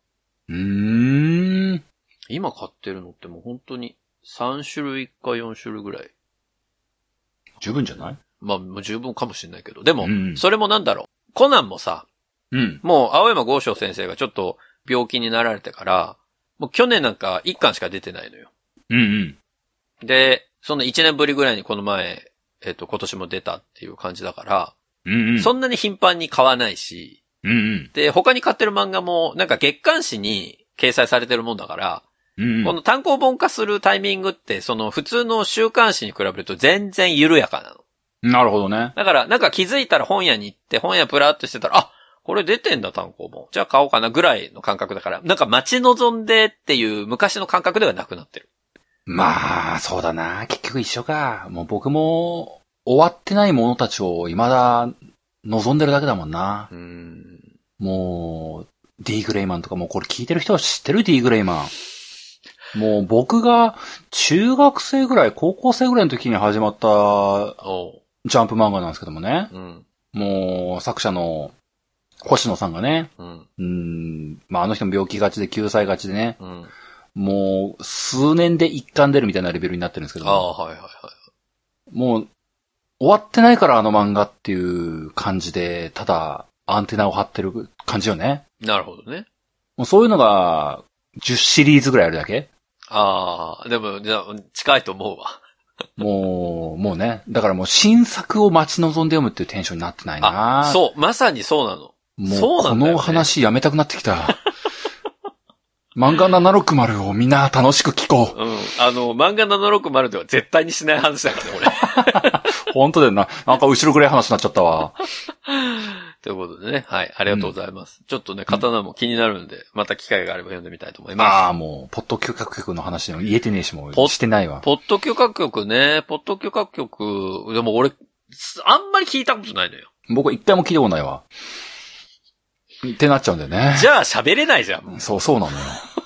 今買ってるのってもう本当に3種類か4種類ぐらい。 十分じゃない？ まあ、もう十分かもしれないけど。でも、それもなんだろう。コナンもさ、もう青山剛昌先生がちょっと病気になられてから、もう去年なんか1巻しか出てないのよ。で、その1年ぶりぐらいにこの前、今年も出たっていう感じだから、そんなに頻繁に買わないし、で、他に買ってる漫画もなんか月刊誌に掲載されてるもんだから、この単行本化するタイミングって、その普通の週刊誌に比べると全然緩やかなの。 なるほどね。 だから、なんか気づいたら本屋に行って、本屋プラーっとしてたら、あ、これ出てんだ単行本。じゃあ買おうかなぐらいの感覚だから、なんか待ち望んでっていう昔の感覚ではなくなってる。 まあ、そうだな。結局一緒か。もう僕も終わってないものたちを未だ望んでるだけだもんな。もう、D グレイマンとかもうこれ聞いてる人は知ってる D グレイマン。もう僕が中学生ぐらい、高校生ぐらいの時に始まったジャンプ漫画なんですけどもね。もう作者の星野さんがね。まああの人も病気がちで救済がちでね。もう数年で一巻出るみたいなレベルになってるんですけども。もう終わってないからあの漫画っていう感じで、ただアンテナを張ってる感じよね。 なるほどね。 もうそういうのが10シリーズぐらいあるだけ？ でも、じゃあ近いと思うわ。 もうね。だからもう新作を待ち望んで読むっていうテンションになってないな。 そう、まさにそうなの。 もうこの話やめたくなってきた。漫画760をみんな楽しく聞こう。 漫画760では絶対にしない話だからね、俺。 本当だよな。なんか後ろ暗い話になっちゃったわ。 ということでね。はい。ありがとうございます。ちょっとね、刀も気になるんで、また機会があれば読んでみたいと思います。 もう、ポッド許可局の話も言えてねえし、もうしてないわ。 ポッド許可局ね。ポッド許可局、でも俺、あんまり聞いたことないのよ。 僕一回も聞いたことないわ。ってなっちゃうんだよね。 じゃあ喋れないじゃん。 そうなのよ。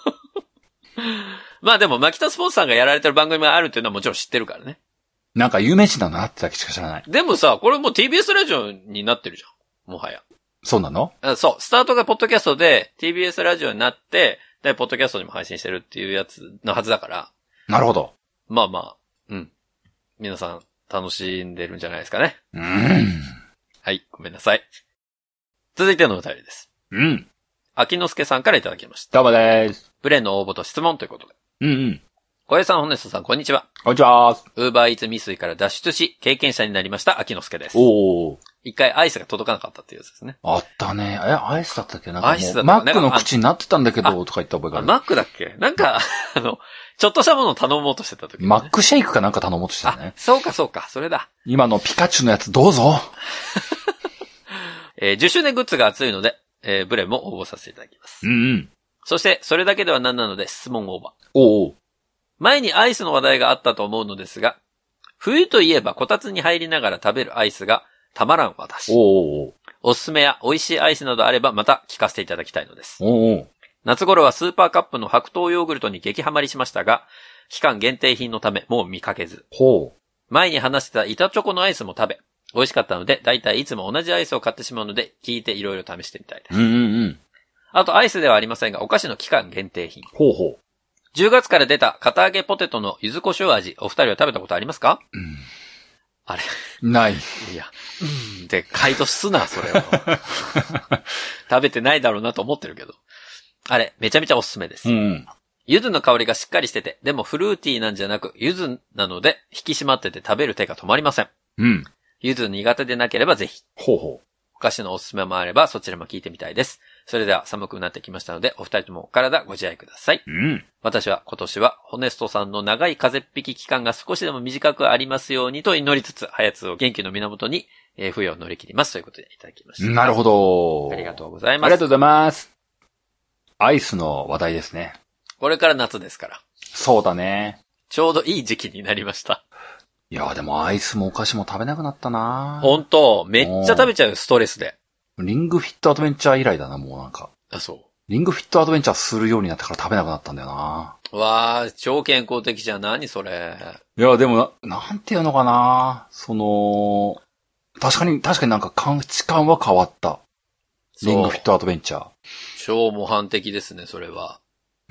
まあでも、マキタスポーツさんがやられてる番組があるっていうのはもちろん知ってるからね。 なんか有名人だなってだけしか知らない。 でもさ、これもう TBS ラジオになってるじゃん。もはや。 そうなの？ そう。スタートがポッドキャストで TBS ラジオになって、で、ポッドキャストにも配信してるっていうやつのはずだから。 なるほど。 まあ、皆さん楽しんでるんじゃないですかね。はい、ごめんなさい。続いてのお便りです。秋之助さんからいただきました。 どうもでーす。 ブレンの応募と質問ということで。小江さん、ホネストさん、こんにちは。 こんにちは。 ウーバーイーツ未遂から脱出し、経験者になりました秋之助です。一回アイスが届かなかったっていうやつですね。 あったね。アイスだったっけ？なんかもうマックの口になってたんだけど、とか言った覚えがある。 マックだっけ？なんか、ちょっとしたものを頼もうとしてた時、 マックシェイクかなんか頼もうとしてたね。 そうか、それだ。 今のピカチュウのやつどうぞ。 10周年グッズが熱いので、ブレも応募させていただきます。そして、それだけでは何なので質問オーバー。前にアイスの話題があったと思うのですが、冬といえばこたつに入りながら食べるアイスがたまらん私。おすすめや美味しいアイスなどあればまた聞かせていただきたいのです。夏頃はスーパーカップの白桃ヨーグルトに激ハマりしましたが、期間限定品のためもう見かけず。前に話してた板チョコのアイスも食べ、美味しかったので、だいたいいつも同じアイスを買ってしまうので、聞いていろいろ試してみたいです。あとアイスではありませんが、お菓子の期間限定品。10月から出た片揚げポテトの柚子胡椒味、お二人は食べたことありますか？あれない。 いや、で、回答すな、それを。食べてないだろうなと思ってるけど。あれ、めちゃめちゃおすすめです。柚子の香りがしっかりしてて、でもフルーティーなんじゃなく、柚子なので、引き締まってて食べる手が止まりません。柚子苦手でなければぜひ。お菓子のおすすめもあれば、そちらも聞いてみたいです。 それでは寒くなってきましたので、お二人ともお体ご自愛ください。 うん。 私は今年はホネストさんの長い風邪っ引き期間が少しでも短くありますようにと祈りつつ、ハヤツを元気の源に、冬を乗り切りますということでいただきました。 なるほど。 ありがとうございます。 ありがとうございます。アイスの話題ですね。 これから夏ですから。 そうだね。 ちょうどいい時期になりました。 いや、でもアイスもお菓子も食べなくなったな。 ほんと、めっちゃ食べちゃうよ、ストレスで。 リングフィットアドベンチャー以来だな、もうなんか。 あ、そう。 リングフィットアドベンチャーするようになってから食べなくなったんだよな。 わー、超健康的じゃん。何それ。 いや、でもなんていうのかな。確かになんか価値観は変わった。リングフィットアドベンチャー。 超模範的ですね、それは。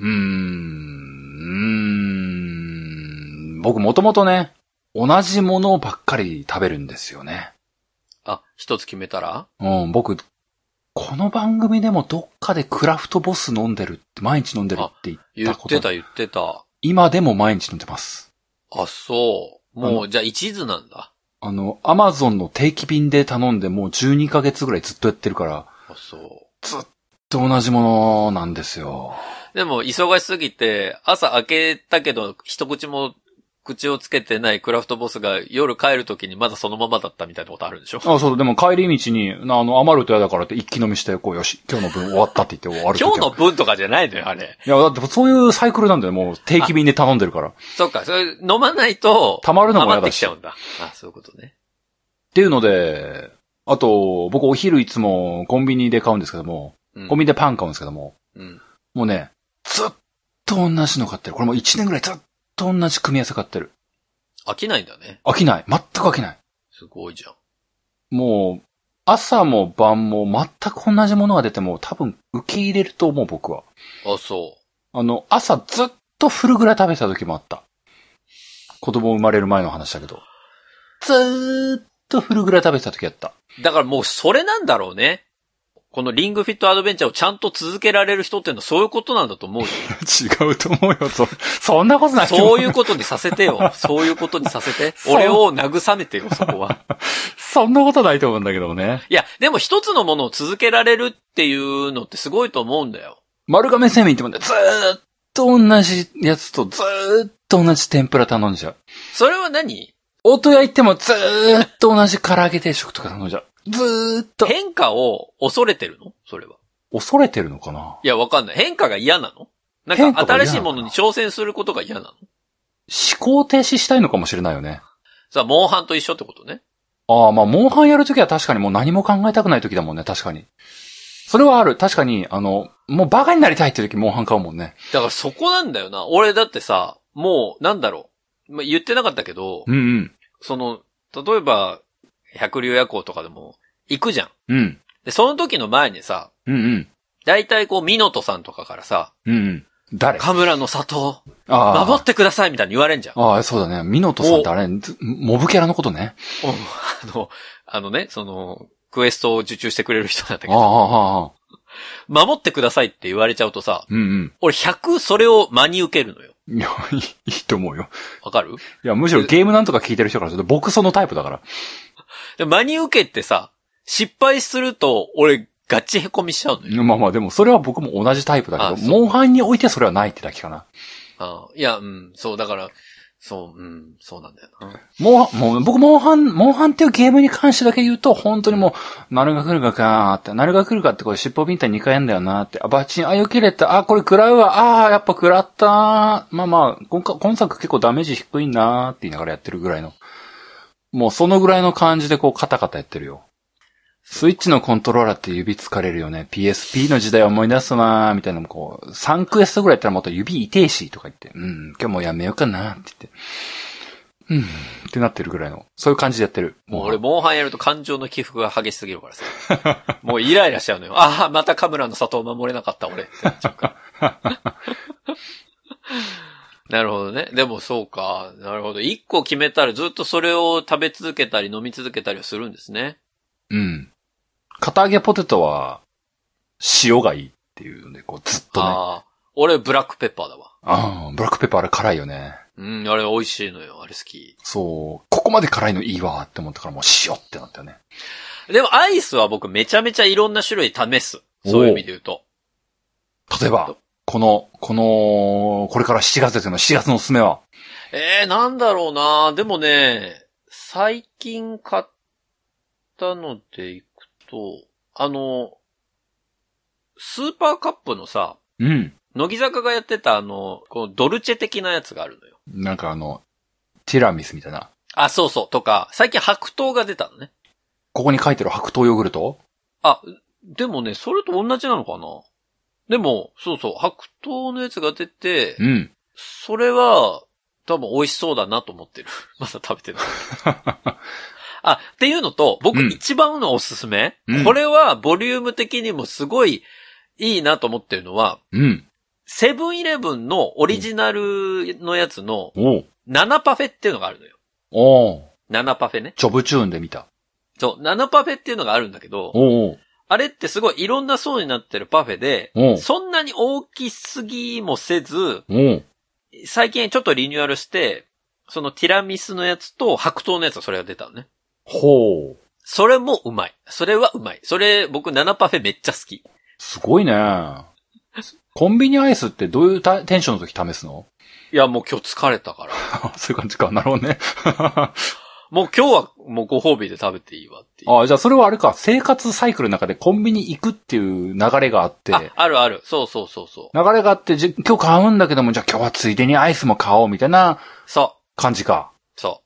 僕もともとね、同じものばっかり食べるんですよね。 あ、一つ決めたら？ 僕、この番組でもどっかでクラフトボス飲んでるって、毎日飲んでるって言ったこと。 言ってた。 今でも毎日飲んでます。 あ、そう。もう、じゃあ一途なんだ。 アマゾンの定期便で頼んでもう12ヶ月ぐらいずっとやってるから。 あ、そう。 ずっと同じものなんですよ。 でも、忙しすぎて、朝開けたけど、一口も口をつけてないクラフトボスが夜帰るときにまだそのままだったみたいなことあるんでしょ？ あ、そう、でも帰り道に、余ると嫌だからって一気飲みして、よし、今日の分終わったって言って終わる。 今日の分とかじゃないのよ、あれ。 いや、だってそういうサイクルなんだよ、もう定期便で頼んでるから。 そっか、それ飲まないと、 溜まるのも嫌だし。 余ってきちゃうんだ。あ、そういうことね。 っていうので、あと、僕お昼いつもコンビニで買うんですけども、コンビニでパン買うんですけども、もうね、ずっと同じの買ってる。これもう1年ぐらいずっと同じ組み合わせ買ってる。 飽きないんだね。 飽きない。全く飽きない。 すごいじゃん。 もう、朝も晩も全く同じものが出ても多分受け入れると思う、僕は。 あ、そう。 朝ずっとフルグラ食べた時もあった。子供生まれる前の話だけど。ずーっとフルグラ食べてた時やった。 だからもうそれなんだろうね。このリングフィットアドベンチャーをちゃんと続けられる人っていうのはそういうことなんだと思うよ。 違うと思うよ。そんなことないと思う。 そういうことにさせてよ。そういうことにさせて。俺を慰めてよ、そこは。 そんなことないと思うんだけどね。 いや、でも一つのものを続けられるっていうのってすごいと思うんだよ。 丸亀製麺ってもんでずーっと同じやつとずーっと同じ天ぷら頼んじゃう。 それは何？ 大戸屋行ってもずーっと同じ唐揚げ定食とか頼んじゃう。ずーっと。 変化を恐れてるの？それは。 恐れてるのかな？ いや、わかんない。変化が嫌なの？なんか新しいものに挑戦することが嫌なの？ 思考停止したいのかもしれないよね。 さあ、モンハンと一緒ってことね。 ああ、まあ、モンハンやるときは確かにもう何も考えたくないときだもんね、確かに。それはある。確かに、もうバカになりたいってときモンハン買うもんね。 だからそこなんだよな。俺だってさ、もう、なんだろう。まあ、言ってなかったけど、例えば、百竜夜行とかでも、行くじゃん。 うん。 で、その時の前にさ、大体こう、ミノトさんとかからさ、 誰？ カムラの里、守ってくださいみたいに言われんじゃん。 ああ、そうだね。ミノトさんってあれ、モブキャラのことね。 クエストを受注してくれる人なんだけど、守ってくださいって言われちゃうとさ、俺100それを真に受けるのよ。 いや、いいと思うよ。 わかる？ いや、むしろゲームなんとか聞いてる人からすると僕そのタイプだから。 で真に受けってさ、失敗すると俺ガチ凹みしちゃうのよ。 まあまあでもそれは僕も同じタイプだけど、モンハンにおいてそれはないってだけかな。 いや、そう、だから、そうなんだよな。 僕モンハンっていうゲームに関してだけ言うと、本当にもう、ナルが来るかかーって、ナルが来るかってこれ尻尾ビンタ2回やんだよなーって、バチン、避けれた、これ食らうわ、やっぱ食らったー。まあ、今作結構ダメージ低いなーって言いながらやってるぐらいの。もうそのぐらいの感じでこうカタカタやってるよ。スイッチのコントローラーって指疲れるよね。PSP の時代思い出すわー、みたいなのもこう、3クエストぐらいやったらもっと指痛いし、とか言って、今日もうやめようかな、って言って、ってなってるぐらいの、そういう感じでやってる。 もう俺、モンハンやると感情の起伏が激しすぎるからさ。もうイライラしちゃうのよ。またカムラの里を守れなかった、俺。ってなっちゃうから。なるほどね。でもそうか。なるほど。1個決めたらずっとそれを食べ続けたり飲み続けたりはするんですね。 片揚げポテトは、塩がいいっていうので、こう、ずっとね。 俺、ブラックペッパーだわ。 ブラックペッパーあれ辛いよね。 あれ美味しいのよ。あれ好き。 そう。ここまで辛いのいいわって思ったからもう塩ってなったよね。 でもアイスは僕めちゃめちゃいろんな種類試す。 そういう意味で言うと。 例えば、これから7月ですよね。7月のおすすめは。 なんだろうな。でもね、最近買ったのでいくと、スーパーカップのさ、 うん。 乃木坂がやってたこのドルチェ的なやつがあるのよ。 なんかティラミスみたいな。 あ、そうそう。とか、最近白桃が出たのね。 ここに書いてる白桃ヨーグルト？ あ、でもね、それと同じなのかな？でも、そうそう、白桃のやつが出て、 うん。 それは、多分美味しそうだなと思ってる。まだ食べてない。あ、っていうのと、僕一番のおすすめ、これはボリューム的にもすごいいいなと思ってるのは、セブンイレブンのオリジナルのやつの、7パフェっていうのがあるのよ。7パフェね。 ジョブチューンで見た。 そう、7パフェっていうのがあるんだけど、あれってすごいいろんな層になってるパフェで、そんなに大きすぎもせず、最近ちょっとリニューアルして、そのティラミスのやつと白桃のやつはそれが出たのね。 ほう。 それもうまい。それはうまい。それ僕7パフェめっちゃ好き。 すごいね。コンビニアイスってどういうテンションの時試すの？ いやもう今日疲れたから。 そういう感じか。なるほどね。 もう今日はもうご褒美で食べていいわっていう。 ああ、じゃあそれはあれか。生活サイクルの中でコンビニ行くっていう流れがあって。 あるある。そうそうそうそう。 流れがあって、今日買うんだけども、じゃあ今日はついでにアイスも買おうみたいな。感じか。 そう。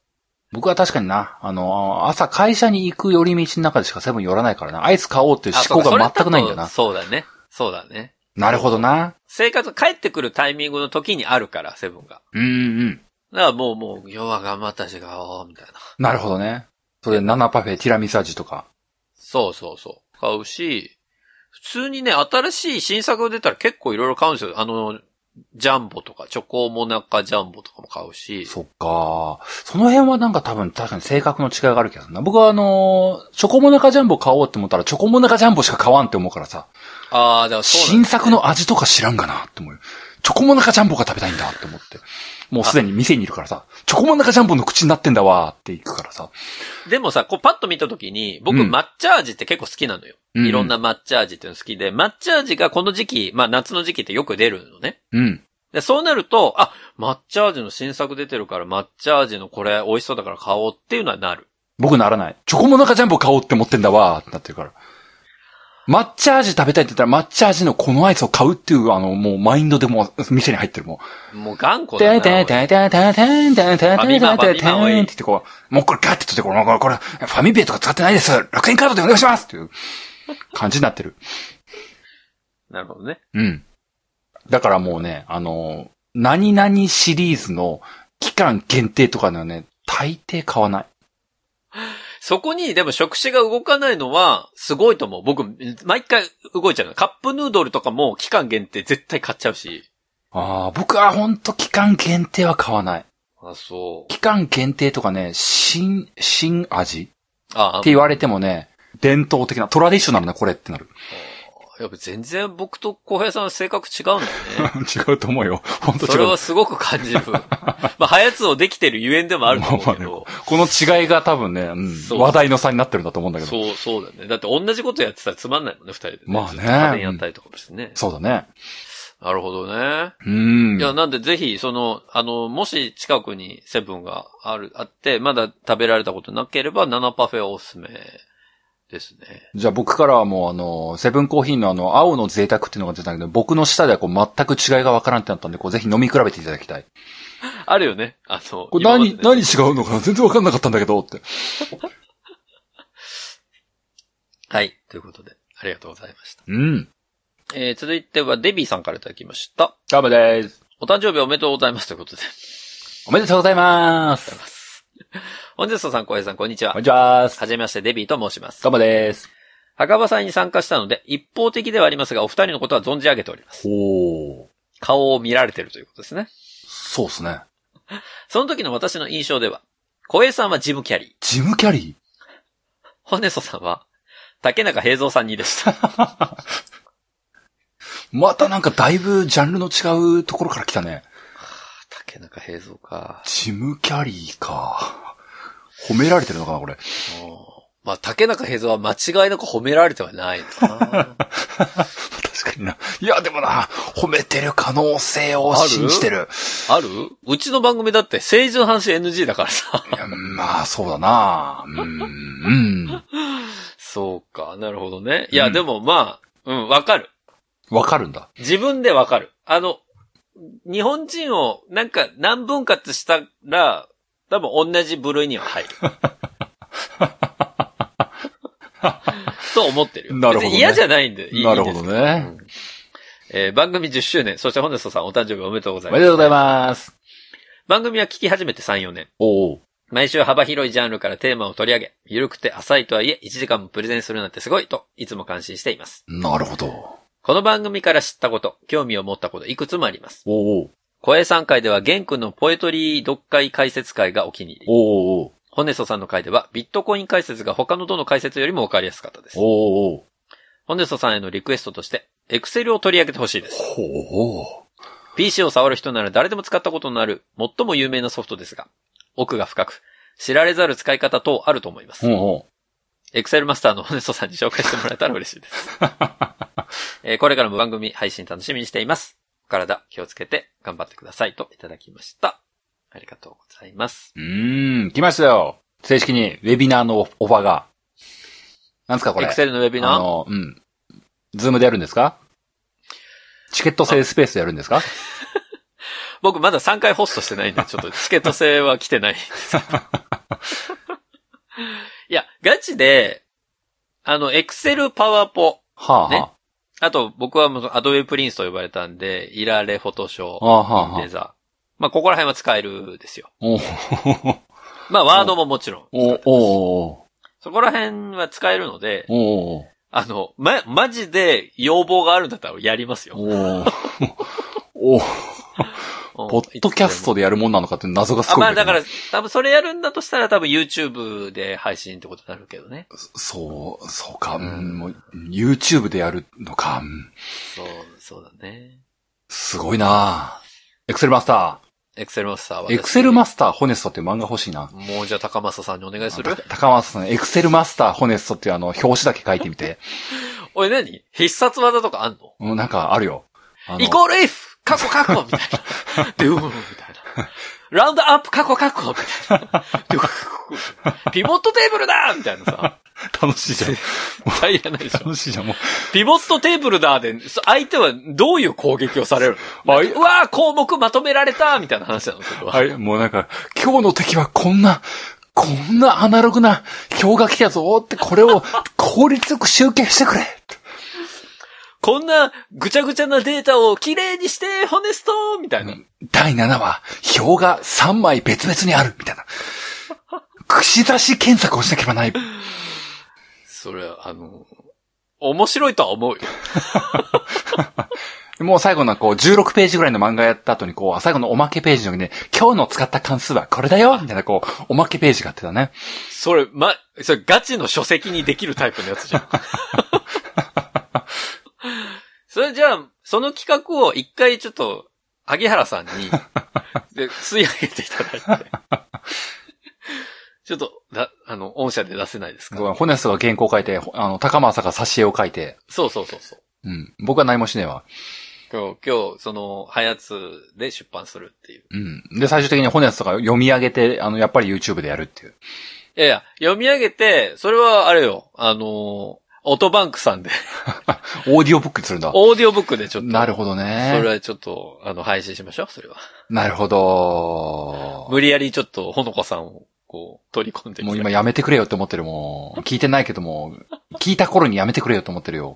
僕は確かにな、朝会社に行く寄り道の中でしかセブン寄らないからな。アイス買おうっていう思考が全くないんだな。 そうだね。そうだね。 なるほどな。 生活帰ってくるタイミングの時にあるから、セブンが。だからもう、今日は頑張ったし買おう、みたいな。 なるほどね。それで7パフェ、ティラミス味とか。 そうそうそう。買うし、普通にね、新しい新作が出たら結構いろいろ買うんですよ。ジャンボとか、チョコモナカジャンボとかも買うし。 そっか。その辺はなんか多分確かに性格の違いがある気がするな。僕はチョコモナカジャンボ買おうって思ったら、チョコモナカジャンボしか買わんって思うからさ。 ああ、でもそうなんだ、 新ね。 作の味とか知らんがなって思う。チョコモナカジャンボが食べたいんだって思って。もうすでに店にいるからさ、チョコモナカジャンボの口になってんだわーって行くからさ。 でもさ、こうパッと見たときに、僕、抹茶味って結構好きなのよ。いろんな抹茶味っていうの好きで、抹茶味がこの時期、まあ夏の時期ってよく出るのね。でそうなると、抹茶味の新作出てるから抹茶味のこれ美味しそうだから買おうっていうのはなる。 僕ならない。チョコモナカジャンボ買おうって思ってんだわーってなってるから。抹茶味食べたいって言ったら抹茶味のこのアイスを買うっていうもうマインドでもう店に入ってるもん。 もう頑固だな。 てんてんてんてんてんてんてんてんてんてんてんてんって言ってこう、もうこれガッて取ってこれファミペイとか使ってないです。楽天カードでお願いしますっていう感じになってる。 なるほどね。 だからもうね、何々シリーズの期間限定とかのね、大抵買わない。 そこに、でも触手が動かないのは、すごいと思う。僕、毎回動いちゃうの。カップヌードルとかも期間限定絶対買っちゃうし。 僕はほんと期間限定は買わない。 そう。 期間限定とかね、新味って言われてもね、伝統的な、トラディショナルなこれってなる。 やっぱ全然僕と小平さんは性格違うんだよね。 違うと思うよ。本当違う。 それはすごく感じる。まあ、ハヤツをできてるゆえんでもあると思うけど。 この違いが多分ね、話題の差になってるんだと思うんだけど。 そうだね。だって同じことやってたらつまんないもんね、二人でね。 まあね。 家電やったりとかもしてね。 そうだね。 なるほどね。いや、なんでぜひ、もし近くにセブンがあって、まだ食べられたことなければ、7パフェはおすすめですね。 じゃあ僕からはもうセブンコーヒーの青の贅沢っていうのが出たんだけど、僕の舌ではこう全く違いがわからんってなったんで、こうぜひ飲み比べていただきたい。 あるよね。 これ何違うのかな全然わかんなかったんだけどって。 はい。ということで、ありがとうございました。続いてはデビーさんからいただきました。 どうもです。 お誕生日おめでとうございますということで。 おめでとうございます。 本日さん、小平さん、こんにちは。 こんにちは。 はじめまして、デビーと申します。 どうもです。 墓場祭に参加したので、一方的ではありますが、お二人のことは存じ上げております。顔を見られているということですね。 そうですね。 その時の私の印象では、小平さんはジムキャリー。 ジムキャリー？ ホネソさんは、竹中平蔵さんにでした。 またなんかだいぶジャンルの違うところから来たね。 竹中平蔵か。 ジムキャリーか。褒められてるのかなこれ。 まあ、竹中平蔵は間違いなく褒められてはないな。 確かにな。いや、でもな、褒めてる可能性を信じてる。 あるうちの番組だって、政治の話 NG だからさ。 いや、まあ、そうだな。 そうか、なるほどね。いや、でもまあ、わかる。 わかるんだ。 自分でわかる。日本人をなんか何分割したら、多分同じ部類には入る。と思ってるよ。 なるほど、ね。 嫌じゃないんで。 なるほどね。 番組10周年、そしてホネストさんお誕生日おめでとうございます。 おめでとうございます。 番組は聞き始めて3、4年。 おう。 毎週幅広いジャンルからテーマを取り上げ、緩くて浅いとはいえ1時間もプレゼンするなんてすごいと、いつも感心しています。 なるほど。 この番組から知ったこと、興味を持ったこといくつもあります。 おう。 小江さん会では玄君のポエトリー読解解説会がお気に入り。 おう。 ホネストさんの回ではビットコイン解説が他のどの解説よりもわかりやすかったです。 おう。 ホネストさんへのリクエストとして、エクセルを取り上げてほしいです。 おう。 PC を触る人なら誰でも使ったことのある最も有名なソフトですが、奥が深く、知られざる使い方等あると思います。エクセルマスターのホネストさんに紹介してもらえたら嬉しいです。これからも番組配信楽しみにしています。体気をつけて頑張ってくださいといただきました。ありがとうございます。 来ましたよ。正式にウェビナーのオファーが。なんですかこれ。 エクセルのウェビナーズームでやるんですか？チケット制スペースでやるんですか？ 僕まだ3回ホストしてないんで、ちょっとチケット制は来てないんですけど。いや、ガチで、エクセルパワポ。ね。あと、僕はもうアドウェブプリンスと呼ばれたんで、イラレ、フォトショー、インデザー。まあ、ここら辺は使えるですよ。まあ、ワードももちろん。そこら辺は使えるので、マジで要望があるんだったらやりますよ。 ポッドキャストでやるもんなのかって謎がすごい。 まあだから、多分それやるんだとしたら多分 YouTube で配信ってことになるけどね。 そうか。もう YouTube でやるのか。 そうだね。 すごいなエクセルマスター。 エクセルマスターは。 エクセルマスターホネストっていう漫画欲しいな。 もうじゃあ高政さんにお願いする？ 高政さん、エクセルマスターホネストっていう表紙だけ書いてみて。 おい何？必殺技とかあんの？ なんかあるよ。 イコール F! カッコカッコみたいな。ドゥーンみたいな。ラウンドアップカッコカッコみたいな。ピボットテーブルだみたいなさ。 楽しいじゃん。 大変ないでしょ。 楽しいじゃん、もう。 ピボットテーブルだで、相手はどういう攻撃をされるの？うわー項目まとめられたみたいな話なの、それは。 はい、もうなんか、今日の敵はこんなアナログな表が来たぞって、これを効率よく集計してくれこんなぐちゃぐちゃなデータをきれいにして、ホネストみたいな。 第7話、表が3枚別々にあるみたいな。串刺し検索をしなければない。 それは、面白いとは思うよ。 もう最後の16ページぐらいの漫画やった後に最後のおまけページの時に、今日の使った関数はこれだよみたいなおまけページがあってたね。 それガチの書籍にできるタイプのやつじゃん。それじゃあ、その企画を一回ちょっと、萩原さんに、吸い上げていただいて。ちょっと、御社で出せないですか？ ホネストが原稿を書いて、高政が挿絵を書いて。 そう。 僕は何もしねえわ。 今日、ハヤツで出版するっていう。 で、最終的にホネストが読み上げて、やっぱり YouTube でやるっていう。 いや、読み上げて、それはあれよ、オートバンクさんで。 オーディオブックにするんだ。 オーディオブックでちょっと。 なるほどね。 それはちょっと、配信しましょう、それは。 なるほど。 無理やりちょっと、ほのこさんを、取り込んで。 もう今やめてくれよって思ってるもん。聞いてないけども、聞いた頃にやめてくれよって思ってるよ。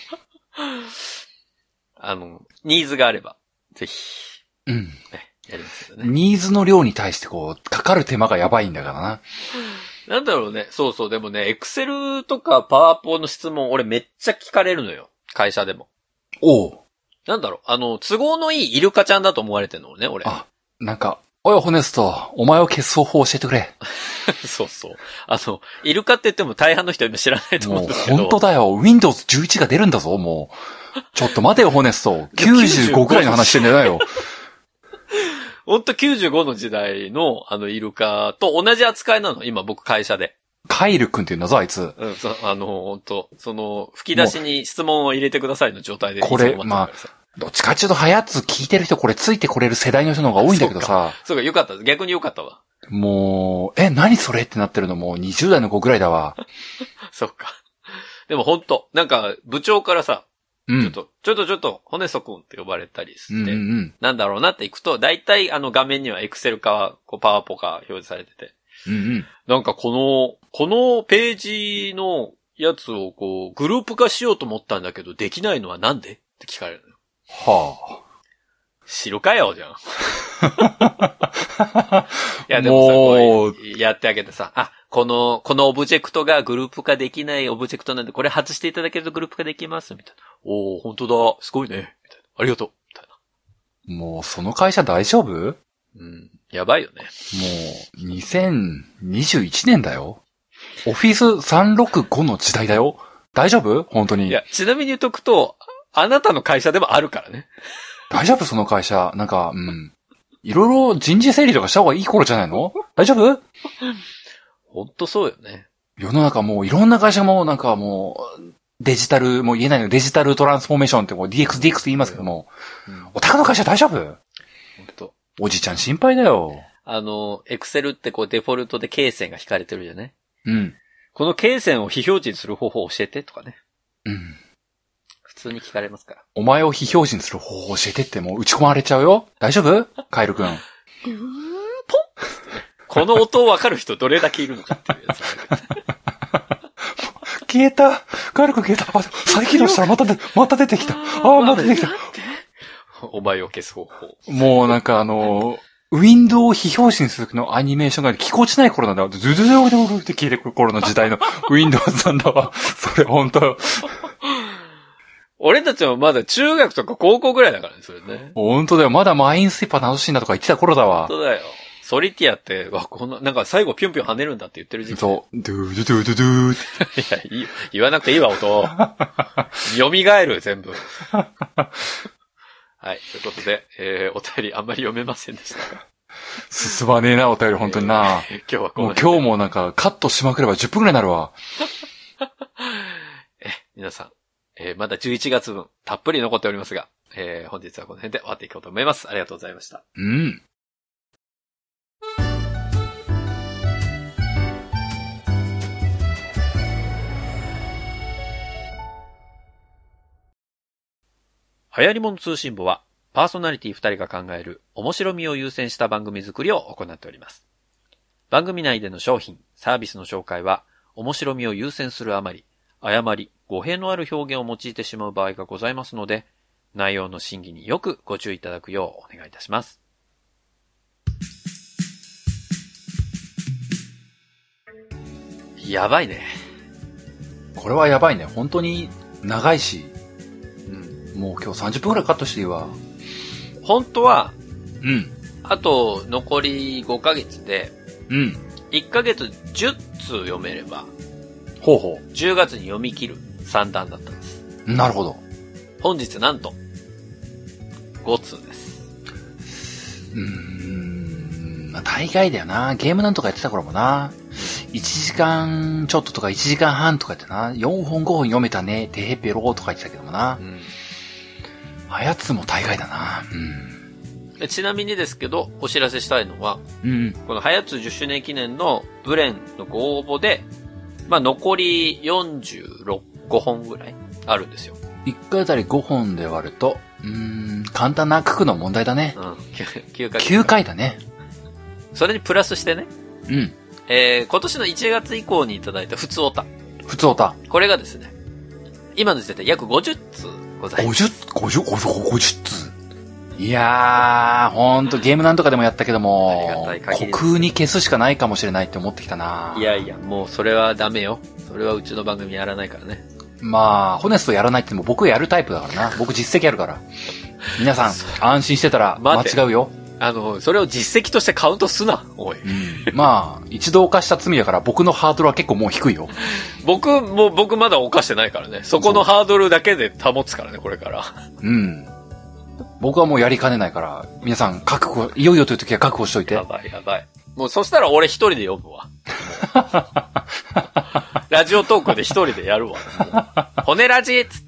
ニーズがあれば、ぜひ。 ね、 やりますよね。 ニーズの量に対してかかる手間がやばいんだからな。 なんだろうね。そう、でもね、エクセルとかパワーポの質問、俺めっちゃ聞かれるのよ。会社でも。なんだろう、都合のいいイルカちゃんだと思われてるのね、俺。 なんか、おい、ホネスト、お前を消す方法教えてくれ。 そう。イルカって言っても大半の人今知らないと思うんですけど。 もう本当だよ。Windows 11が出るんだぞ、もう。ちょっと待てよ、ホネスト。95くらいの話してんじゃないよ。 ほんと95の時代のイルカと同じ扱いなの、今僕会社で。 カイル君って言うんだぞ、あいつ。 うん、ほんと、吹き出しに質問を入れてくださいの状態で。 これ、まあ、どっちかっていうと、はやつ聞いてる人これついてこれる世代の人の方が多いんだけどさ。 そうか、よかった。逆によかったわ。 もう、何それってなってるのもう20代の子ぐらいだわ。 そっか。でもほんと、なんか、部長からさ、 うん、 ちょっと、ホネソ君って呼ばれたりして、 うんうん、 なんだろうなっていくと、だいたい画面にはエクセルか、パワポか表示されてて。 うんうん、 なんかこのページのやつをグループ化しようと思ったんだけど、できないのはなんでって聞かれるのよ。 はあ。 白かよ、じゃん。いや、でもさ、こうやってあげてさ、このオブジェクトがグループ化できないオブジェクトなんで、これ外していただけるとグループ化できます、みたいな。おー、本当だ、すごいね、みたいな。ありがとう、みたいな。もう、その会社大丈夫？ うん、やばいよね。 もう、2021年だよ。オフィス365の時代だよ。大丈夫？本当に。 いや、ちなみに言っとくと、あなたの会社でもあるからね。 大丈夫？その会社。なんか、うん。いろいろ人事整理とかした方がいい頃じゃないの？大丈夫？ ほんとそうよね。 世の中もういろんな会社もなんかもう、デジタル、もう言えないのデジタルトランスフォーメーションってもう DX って言いますけども、お宅の会社大丈夫？ほんと。おじちゃん心配だよ。 エクセルってデフォルトで罫線が引かれてるじゃね。 うん。 この罫線を非表示にする方法を教えてとかね。 うん。 普通に聞かれますから。 お前を非表示にする方法を教えてってもう打ち込まれちゃうよ。大丈夫？カエルくん。ポンこの音わかる人どれだけいるのかっていうやつ。 消えた。カエルくん消えた。再起動したらまた出てきた。また出てきた。 お前を消す方法。 もうなんかウィンドウを非表示にする時のアニメーションが聞こえない頃なんだよ。ズズズズズって聞いてくる頃の時代のウィンドウズなんだわ。それ本当。 俺たちもまだ中学とか高校ぐらいだからね、それね。 本当だよ。まだマインスイーパー楽しいんだとか言ってた頃だわ。 本当だよ。ソリティアって、なんか最後ピョンピョン跳ねるんだって言ってる時期。 そう。ドゥドゥドゥドゥドゥって。いや、言わなくていいわ、音。蘇る、全部。はい。ということで、お便りあんまり読めませんでした。 進まねえな、お便り、本当にな。 今日はこの今日もなんか、カットしまくれば10分くらいになるわ。 皆さん、まだ11月分、たっぷり残っておりますが、本日はこの辺で終わっていこうと思います。ありがとうございました。 うん。 流行り物通信簿は、パーソナリティ2人が考える面白みを優先した番組作りを行っております。番組内での商品、サービスの紹介は、面白みを優先するあまり、誤り、語弊のある表現を用いてしまう場合がございますので、内容の審議によくご注意いただくようお願いいたします。やばいね。 これはやばいね。本当に長いし、もう今日30分くらいカットしていいわ。 本当は、 あと残り5ヶ月で、1ヶ月10通読めれば、10月に読み切る算段だったんです。 なるほど。 本日なんと、5通です。 大概だよな。ゲームなんとかやってた頃もな。1時間ちょっととか1時間半とかやってな。4本5本読めたね。てへぺろーとか言ってたけどもな。あやつも大概だな。 ちなみにですけど、お知らせしたいのは、このはやつ10周年記念のブレンのご応募で、残り5本ぐらいあるんですよ。 1回あたり5本で割ると、簡単な九九の問題だね。9回だね。 それにプラスしてね。今年の1月以降にいただいた普通オタ。これがですね、今の時点で約50通ございます。 50通いやー、ほんとゲームなんとかでもやったけども、虚空に消すしかないかもしれないって思ってきたな。 いやいや、もうそれはダメよ。それはうちの番組やらないからね。 ホネストやらないっても僕やるタイプだからな。僕実績あるから。皆さん、安心してたら間違うよ。 それを実績としてカウントすな、おい。 一度犯した罪だから僕のハードルは結構もう低いよ。僕まだ犯してないからね。そこのハードルだけで保つからね、これから。 僕はもうやりかねないから、皆さんいよいよという時は覚悟しといて。 やばい。もうそしたら俺一人で読むわ。 ラジオトークで一人でやるわ。骨ラジっつって。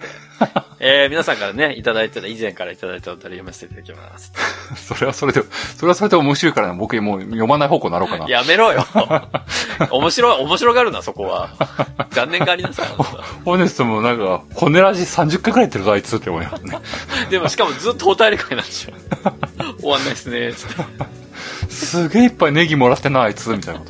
皆さんからね、以前からいただいたお便り読ませていただきます。 それはそれで面白いからな。僕もう読まない方向になろうかな。 やめろよ。面白がるな、そこは。残念がありなさい。 ホネストもなんか、骨ラジ30回くらい言ってるぞ、あいつって思いますね。 でもしかもずっとお便り会なんでしょ。終わんないっすね、つって。 すげえいっぱいネギもらってんな、あいつ、みたいなこと。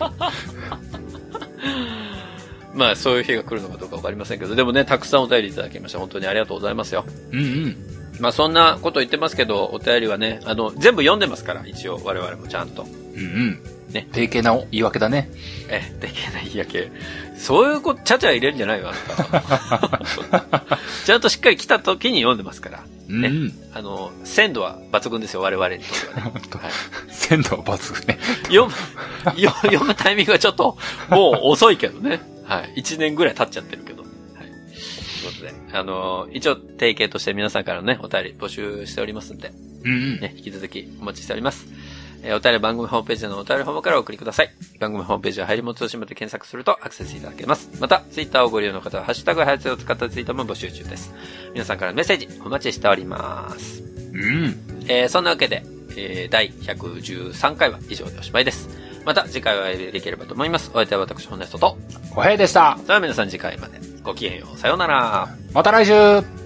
まあ、そういう日が来るのかどうかわかりませんけど、でもね、たくさんお便りいただきました。本当にありがとうございますよ。 うんうん。 まあ、そんなこと言ってますけど、お便りはね、全部読んでますから、一応、我々もちゃんと。 うんうん。ね。定型な言い訳だね。 定型な言い訳。そういうこと、ちゃちゃ入れるんじゃないよ、あんた。ちゃんとしっかり来た時に読んでますから。ね。うん、鮮度は抜群ですよ、我々にとってはね。はい、 鮮度は抜群ね。 読むタイミングがちょっと、もう遅いけどね。はい。1年ぐらい経っちゃってるけど。はい。ということで、一応、定型として皆さんからのね、お便り募集しておりますんで。 うんうん。 ね、引き続きお待ちしております。お便り番組ホームページでのお便りフォームからお送りください。番組ホームページは入り物通信簿で検索するとアクセスいただけます。また、ツイッターをご利用の方は、ハッシュタグはやつを使ったツイートも募集中です。皆さんからのメッセージお待ちしております。 うん。 そんなわけで、第113回は以上でおしまいです。また次回お会いできればと思います。お相手は私、ホネストと、 小平でした。 さあ皆さん次回まで。ごきげんよう。さようなら。 また来週。